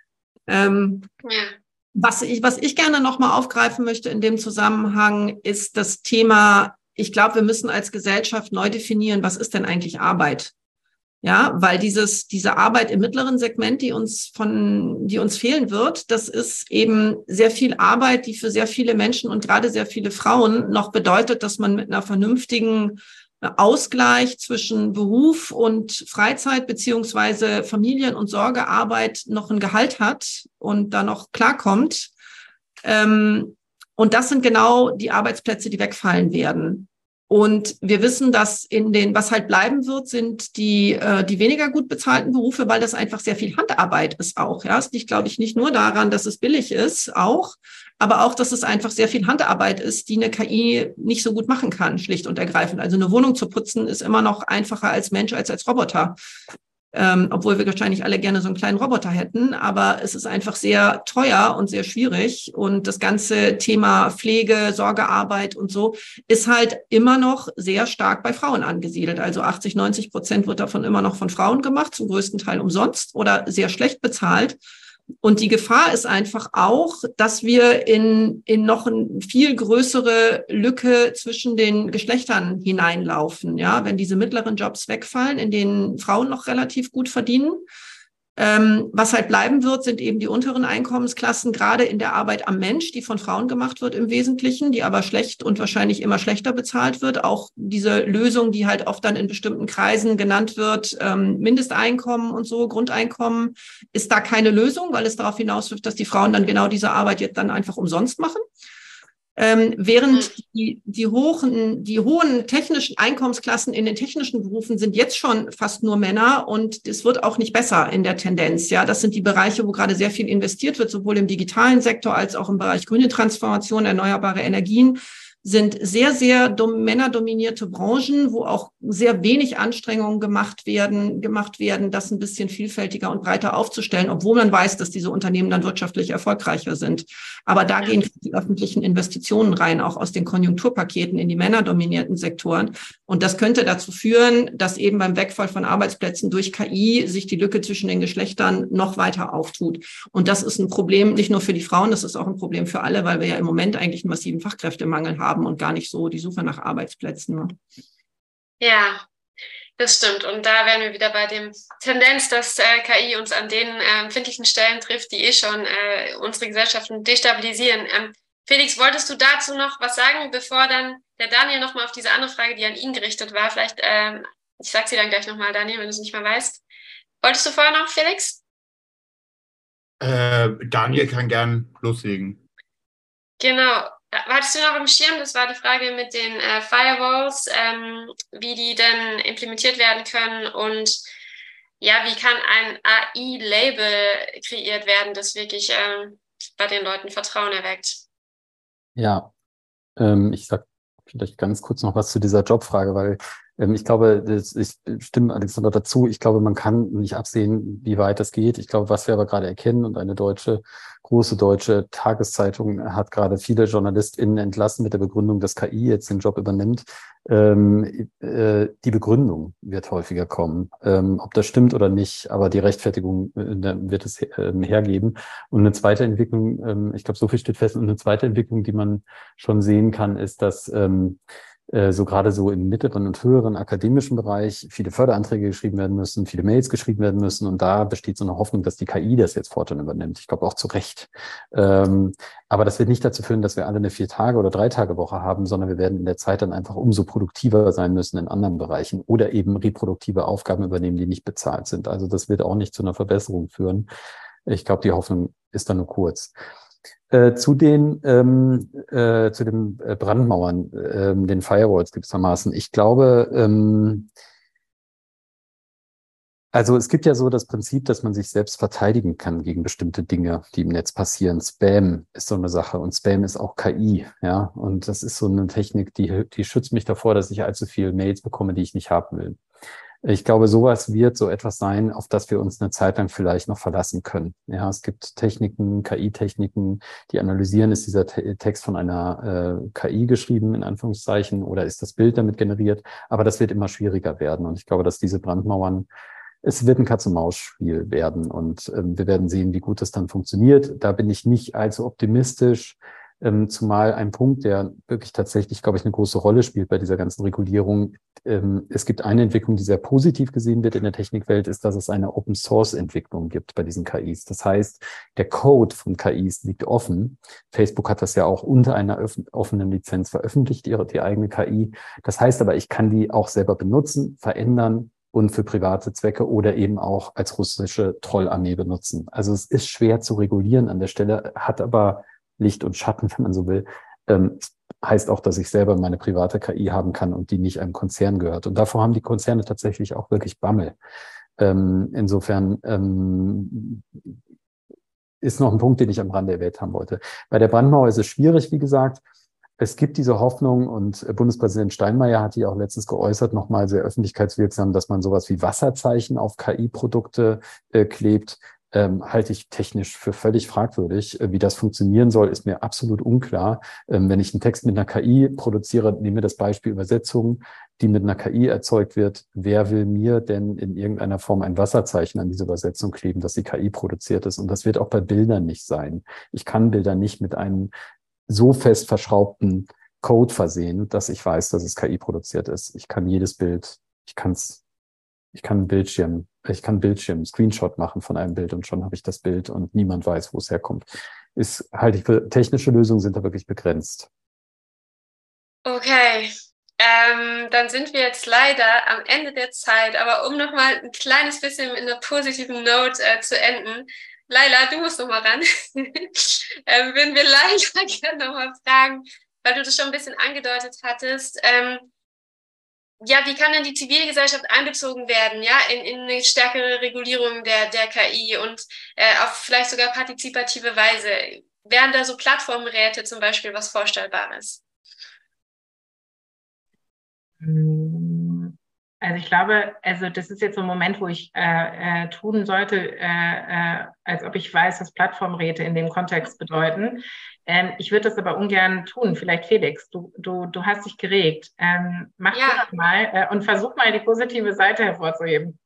Speaker 7: Ähm, ja. Was ich, was ich gerne nochmal aufgreifen möchte in dem Zusammenhang, ist das Thema, ich glaube, wir müssen als Gesellschaft neu definieren, was ist denn eigentlich Arbeit? Ja, weil dieses, diese Arbeit im mittleren Segment, die uns von, die uns fehlen wird, das ist eben sehr viel Arbeit, die für sehr viele Menschen und gerade sehr viele Frauen noch bedeutet, dass man mit einer vernünftigen Ausgleich zwischen Beruf und Freizeit beziehungsweise Familien- und Sorgearbeit noch ein Gehalt hat und da noch klarkommt. Und das sind genau die Arbeitsplätze, die wegfallen werden. Und wir wissen, dass in den, was halt bleiben wird, sind die, äh, die weniger gut bezahlten Berufe, weil das einfach sehr viel Handarbeit ist auch. Ja, es liegt, glaube ich, nicht nur daran, dass es billig ist, auch, aber auch, dass es einfach sehr viel Handarbeit ist, die eine K I nicht so gut machen kann, schlicht und ergreifend. Also eine Wohnung zu putzen ist immer noch einfacher als Mensch als als Roboter. Ähm, obwohl wir wahrscheinlich alle gerne so einen kleinen Roboter hätten, aber es ist einfach sehr teuer und sehr schwierig und das ganze Thema Pflege, Sorgearbeit und so ist halt immer noch sehr stark bei Frauen angesiedelt. Also achtzig, neunzig Prozent wird davon immer noch von Frauen gemacht, zum größten Teil umsonst oder sehr schlecht bezahlt Und die Gefahr ist einfach auch, dass wir in, in noch eine viel größere Lücke zwischen den Geschlechtern hineinlaufen. Ja, wenn diese mittleren Jobs wegfallen, in denen Frauen noch relativ gut verdienen. Ähm, was halt bleiben wird, sind eben die unteren Einkommensklassen, gerade in der Arbeit am Mensch, die von Frauen gemacht wird im Wesentlichen, die aber schlecht und wahrscheinlich immer schlechter bezahlt wird. Auch diese Lösung, die halt oft dann in bestimmten Kreisen genannt wird, ähm, Mindesteinkommen und so, Grundeinkommen, ist da keine Lösung, weil es darauf hinauswirft, dass die Frauen dann genau diese Arbeit jetzt dann einfach umsonst machen. Ähm, während die, die, hohen, die hohen technischen Einkommensklassen in den technischen Berufen sind jetzt schon fast nur Männer und es wird auch nicht besser in der Tendenz. Ja, das sind die Bereiche, wo gerade sehr viel investiert wird, sowohl im digitalen Sektor als auch im Bereich grüne Transformation, erneuerbare Energien. Sind sehr, sehr dom- männerdominierte Branchen, wo auch sehr wenig Anstrengungen gemacht werden, gemacht werden, das ein bisschen vielfältiger und breiter aufzustellen, obwohl man weiß, dass diese Unternehmen dann wirtschaftlich erfolgreicher sind. Aber da gehen die öffentlichen Investitionen rein, auch aus den Konjunkturpaketen in die männerdominierten Sektoren. Und das könnte dazu führen, dass eben beim Wegfall von Arbeitsplätzen durch K I sich die Lücke zwischen den Geschlechtern noch weiter auftut. Und das ist ein Problem nicht nur für die Frauen, das ist auch ein Problem für alle, weil wir ja im Moment eigentlich einen massiven Fachkräftemangel haben und gar nicht so die Suche nach Arbeitsplätzen. Ne?
Speaker 1: Ja, das stimmt. Und da wären wir wieder bei dem Tendenz, dass äh, K I uns an den äh, empfindlichen Stellen trifft, die eh schon äh, unsere Gesellschaften destabilisieren. Ähm, Felix, wolltest du dazu noch was sagen, bevor dann der Daniel nochmal auf diese andere Frage, die an ihn gerichtet war, vielleicht, ähm, ich sag sie dann gleich nochmal, Daniel, wenn du es nicht mehr weißt. Wolltest du vorher noch, Felix?
Speaker 4: Äh, Daniel kann gern loslegen.
Speaker 1: Genau. Hattest du noch im Schirm, das war die Frage mit den äh, Firewalls, ähm, wie die denn implementiert werden können und ja, wie kann ein A I-Label kreiert werden, das wirklich ähm, bei den Leuten Vertrauen erweckt?
Speaker 3: Ja, ähm, ich sag vielleicht ganz kurz noch was zu dieser Jobfrage, weil ähm, ich glaube, das, ich stimme Alexander dazu. Ich glaube, man kann nicht absehen, wie weit das geht. Ich glaube, was wir aber gerade erkennen und eine deutsche, große deutsche Tageszeitung hat gerade viele JournalistInnen entlassen mit der Begründung, dass K I jetzt den Job übernimmt. Ähm, äh, die Begründung wird häufiger kommen, ähm, ob das stimmt oder nicht, aber die Rechtfertigung äh, wird es äh, hergeben. Und eine zweite Entwicklung, ähm, ich glaube, so viel steht fest, und eine zweite Entwicklung, die man schon sehen kann, ist, dass ähm, äh, so gerade so im mittleren und höheren akademischen Bereich viele Förderanträge geschrieben werden müssen, viele Mails geschrieben werden müssen, und da besteht so eine Hoffnung, dass die K I das jetzt fortan übernimmt. Ich glaube auch zu Recht. Ähm, aber das wird nicht dazu führen, dass wir alle eine Vier-Tage- oder Drei-Tage-Woche haben, sondern wir werden in der Zeit dann einfach umso produktiver sein müssen in anderen Bereichen oder eben reproduktive Aufgaben übernehmen, die nicht bezahlt sind. Also das wird auch nicht zu einer Verbesserung führen. Ich glaube, die Hoffnung ist dann nur kurz. Äh, zu den ähm, äh, zu den Brandmauern, äh, den Firewalls gewissermaßen. Ich glaube, ähm, also es gibt ja so das Prinzip, dass man sich selbst verteidigen kann gegen bestimmte Dinge, die im Netz passieren. Spam ist so eine Sache und Spam ist auch K I, ja. Und das ist so eine Technik, die die schützt mich davor, dass ich allzu viele Mails bekomme, die ich nicht haben will. Ich glaube, sowas wird so etwas sein, auf das wir uns eine Zeit lang vielleicht noch verlassen können. Ja, es gibt Techniken, K I-Techniken, die analysieren, ist dieser Te- Text von einer äh, K I geschrieben, in Anführungszeichen, oder ist das Bild damit generiert? Aber das wird immer schwieriger werden. Und ich glaube, dass diese Brandmauern, es wird ein Katz-und-Maus-Spiel werden. Und ähm, wir werden sehen, wie gut das dann funktioniert. Da bin ich nicht allzu optimistisch. Ähm, zumal ein Punkt, der wirklich tatsächlich, glaube ich, eine große Rolle spielt bei dieser ganzen Regulierung. Ähm, es gibt eine Entwicklung, die sehr positiv gesehen wird in der Technikwelt, ist, dass es eine Open-Source-Entwicklung gibt bei diesen K Is. Das heißt, der Code von K Is liegt offen. Facebook hat das ja auch unter einer offenen Lizenz veröffentlicht, ihre, die eigene K I. Das heißt aber, ich kann die auch selber benutzen, verändern und für private Zwecke oder eben auch als russische Trollarmee benutzen. Also es ist schwer zu regulieren an der Stelle, hat aber Licht und Schatten, wenn man so will. Ähm, heißt auch, dass ich selber meine private K I haben kann und die nicht einem Konzern gehört. Und davor haben die Konzerne tatsächlich auch wirklich Bammel. Ähm, insofern ähm, ist noch ein Punkt, den ich am Rande erwähnt haben wollte. Bei der Brandmauer ist es schwierig, wie gesagt. Es gibt diese Hoffnung, und Bundespräsident Steinmeier hat die auch letztens geäußert, nochmal sehr öffentlichkeitswirksam, dass man sowas wie Wasserzeichen auf K I-Produkte äh, klebt. ähm, halte ich technisch für völlig fragwürdig. Wie das funktionieren soll, ist mir absolut unklar. Ähm, wenn ich einen Text mit einer K I produziere, nehmen wir das Beispiel Übersetzung, die mit einer K I erzeugt wird, wer will mir denn in irgendeiner Form ein Wasserzeichen an diese Übersetzung kleben, dass die K I produziert ist? Und das wird auch bei Bildern nicht sein. Ich kann Bilder nicht mit einem so fest verschraubten Code versehen, dass ich weiß, dass es K I produziert ist. Ich kann jedes Bild, ich kann es Ich kann einen Bildschirm, ich kann einen Bildschirm, Screenshot machen von einem Bild und schon habe ich das Bild und niemand weiß, wo es herkommt. Ist, halte ich für, technische Lösungen sind da wirklich begrenzt.
Speaker 1: Okay, ähm, dann sind wir jetzt leider am Ende der Zeit, aber um nochmal ein kleines bisschen in einer positiven Note äh, zu enden, Laila, du musst nochmal ran, ähm, würden wir Laila gerne nochmal fragen, weil du das schon ein bisschen angedeutet hattest, ähm, ja, wie kann denn die Zivilgesellschaft einbezogen werden, ja, in, in eine stärkere Regulierung der, der K I und äh, auf vielleicht sogar partizipative Weise? Wären da so Plattformräte zum Beispiel was Vorstellbares?
Speaker 2: Also ich glaube, also das ist jetzt so ein Moment, wo ich äh, äh, tun sollte, äh, äh, als ob ich weiß, was Plattformräte in dem Kontext bedeuten. Ähm, ich würde das aber ungern tun. Vielleicht Felix, du, du, du hast dich geregt. Ähm, mach
Speaker 1: Ja.
Speaker 2: du das mal äh, und versuch mal die positive Seite hervorzuheben.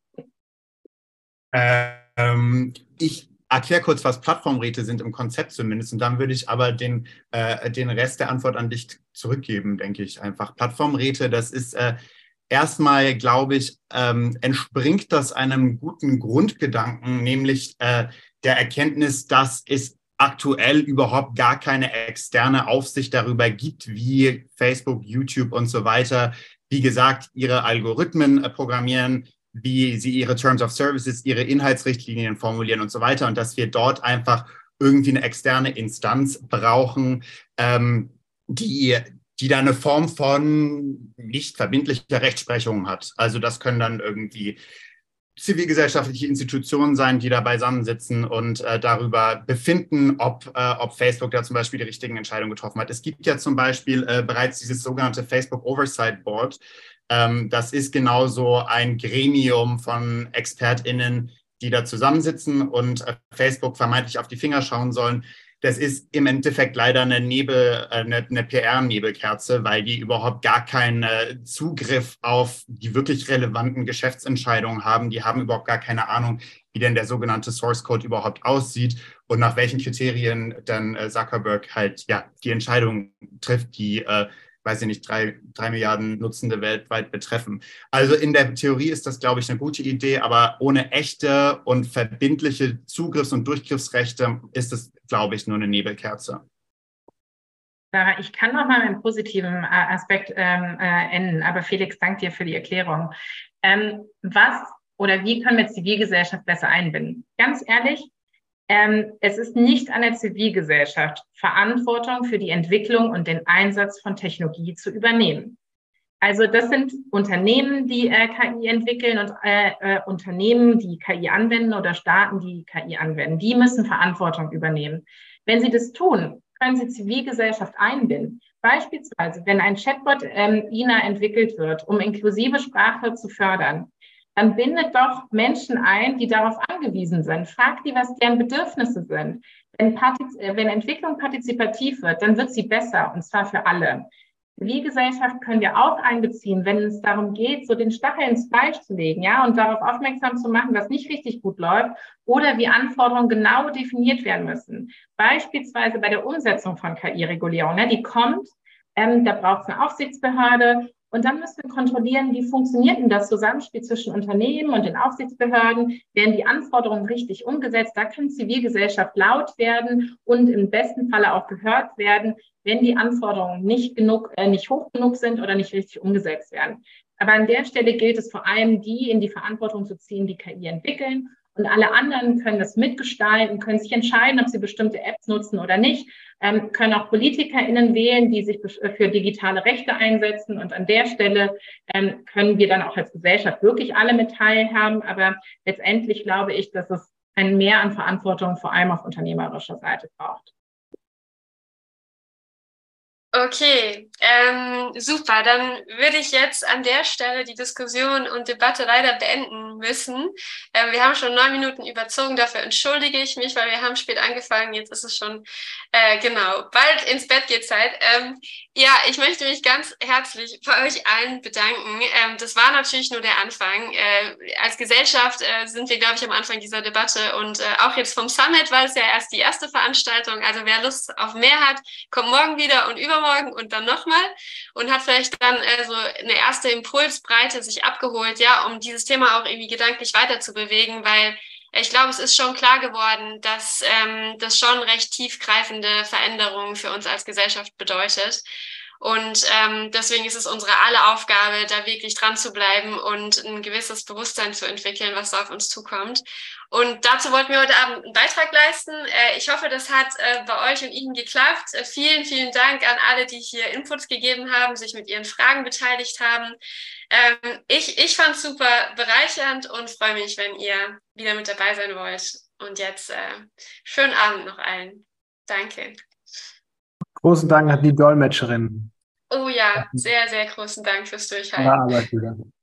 Speaker 4: Ähm, ich erkläre kurz, was Plattformräte sind, im Konzept zumindest. Und dann würde ich aber den, äh, den Rest der Antwort an dich zurückgeben, denke ich einfach. Plattformräte, das ist äh, erstmal, glaube ich, ähm, entspringt das einem guten Grundgedanken, nämlich äh, der Erkenntnis, dass es aktuell überhaupt gar keine externe Aufsicht darüber gibt, wie Facebook, YouTube und so weiter, wie gesagt, ihre Algorithmen äh, programmieren, wie sie ihre Terms of Services, ihre Inhaltsrichtlinien formulieren und so weiter und dass wir dort einfach irgendwie eine externe Instanz brauchen, ähm, die, die da eine Form von nicht verbindlicher Rechtsprechung hat. Also das können dann irgendwie zivilgesellschaftliche Institutionen sein, die da beisammensitzen und äh, darüber befinden, ob, äh, ob Facebook da zum Beispiel die richtigen Entscheidungen getroffen hat. Es gibt ja zum Beispiel äh, bereits dieses sogenannte Facebook Oversight Board. Ähm, das ist genauso ein Gremium von ExpertInnen, die da zusammensitzen und äh, Facebook vermeintlich auf die Finger schauen sollen. Das ist im Endeffekt leider eine Nebel, eine, eine P R-Nebelkerze, weil die überhaupt gar keinen Zugriff auf die wirklich relevanten Geschäftsentscheidungen haben. Die haben überhaupt gar keine Ahnung, wie denn der sogenannte Source Code überhaupt aussieht und nach welchen Kriterien dann Zuckerberg halt ja die Entscheidungen trifft, die äh, weiß ich nicht, drei, drei Milliarden Nutzende weltweit betreffen. Also in der Theorie ist das, glaube ich, eine gute Idee, aber ohne echte und verbindliche Zugriffs- und Durchgriffsrechte ist es, glaube ich, nur eine Nebelkerze.
Speaker 2: Sarah, ich kann noch mal mit einem positiven Aspekt ähm, äh, enden, aber Felix, danke dir für die Erklärung. Ähm, was oder wie können wir Zivilgesellschaft besser einbinden? Ganz ehrlich, Ähm, es ist nicht an der Zivilgesellschaft, Verantwortung für die Entwicklung und den Einsatz von Technologie zu übernehmen. Also das sind Unternehmen, die äh, K I entwickeln und äh, äh, Unternehmen, die K I anwenden oder Staaten, die K I anwenden. Die müssen Verantwortung übernehmen. Wenn sie das tun, können sie Zivilgesellschaft einbinden. Beispielsweise, wenn ein Chatbot ähm, I N A entwickelt wird, um inklusive Sprache zu fördern, dann bindet doch Menschen ein, die darauf angewiesen sind. Fragt die, was deren Bedürfnisse sind. Wenn, Partiz- wenn Entwicklung partizipativ wird, dann wird sie besser, und zwar für alle. Zivilgesellschaft können wir auch einbeziehen, wenn es darum geht, so den Stachel ins Fleisch zu legen, ja, und darauf aufmerksam zu machen, was nicht richtig gut läuft oder wie Anforderungen genau definiert werden müssen. Beispielsweise bei der Umsetzung von K I-Regulierung, ne, die kommt, ähm, da braucht es eine Aufsichtsbehörde. Und dann müssen wir kontrollieren, wie funktioniert denn das Zusammenspiel zwischen Unternehmen und den Aufsichtsbehörden? Werden die Anforderungen richtig umgesetzt? Da kann Zivilgesellschaft laut werden und im besten Falle auch gehört werden, wenn die Anforderungen nicht genug, äh, nicht hoch genug sind oder nicht richtig umgesetzt werden. Aber an der Stelle gilt es vor allem, die in die Verantwortung zu ziehen, die K I entwickeln. Und alle anderen können das mitgestalten, können sich entscheiden, ob sie bestimmte Apps nutzen oder nicht, ähm, können auch PolitikerInnen wählen, die sich für digitale Rechte einsetzen. Und an der Stelle ähm, können wir dann auch als Gesellschaft wirklich alle mit teilhaben. Aber letztendlich glaube ich, dass es ein Mehr an Verantwortung vor allem auf unternehmerischer Seite braucht.
Speaker 1: Okay, ähm, super. Dann würde ich jetzt an der Stelle die Diskussion und Debatte leider beenden müssen. Ähm, wir haben schon neun Minuten überzogen, dafür entschuldige ich mich, weil wir haben spät angefangen. Jetzt ist es schon, äh, genau, bald ins Bett geht Zeit. Ähm, ja, ich möchte mich ganz herzlich bei euch allen bedanken. Ähm, das war natürlich nur der Anfang. Äh, als Gesellschaft äh, sind wir, glaube ich, am Anfang dieser Debatte und äh, auch jetzt vom Summit, weil es ja erst die erste Veranstaltung. Also wer Lust auf mehr hat, kommt morgen wieder und übermorgen und dann nochmal und hat vielleicht dann äh, so eine erste Impulsbreite sich abgeholt, ja, um dieses Thema auch irgendwie gedanklich weiter zu bewegen, weil ich glaube, es ist schon klar geworden, dass ähm, das schon recht tiefgreifende Veränderungen für uns als Gesellschaft bedeutet. Und ähm, deswegen ist es unsere aller Aufgabe, da wirklich dran zu bleiben und ein gewisses Bewusstsein zu entwickeln, was da auf uns zukommt. Und dazu wollten wir heute Abend einen Beitrag leisten. Äh, ich hoffe, das hat äh, bei euch und Ihnen geklappt. Äh, vielen, vielen Dank an alle, die hier Inputs gegeben haben, sich mit ihren Fragen beteiligt haben. Ähm, ich ich fand es super bereichernd und freue mich, wenn ihr wieder mit dabei sein wollt. Und jetzt äh, schönen Abend noch allen. Danke.
Speaker 5: Großen Dank an die Dolmetscherin.
Speaker 1: Oh ja, sehr, sehr großen Dank fürs Durchhalten.
Speaker 5: Ja, Arbeit wieder.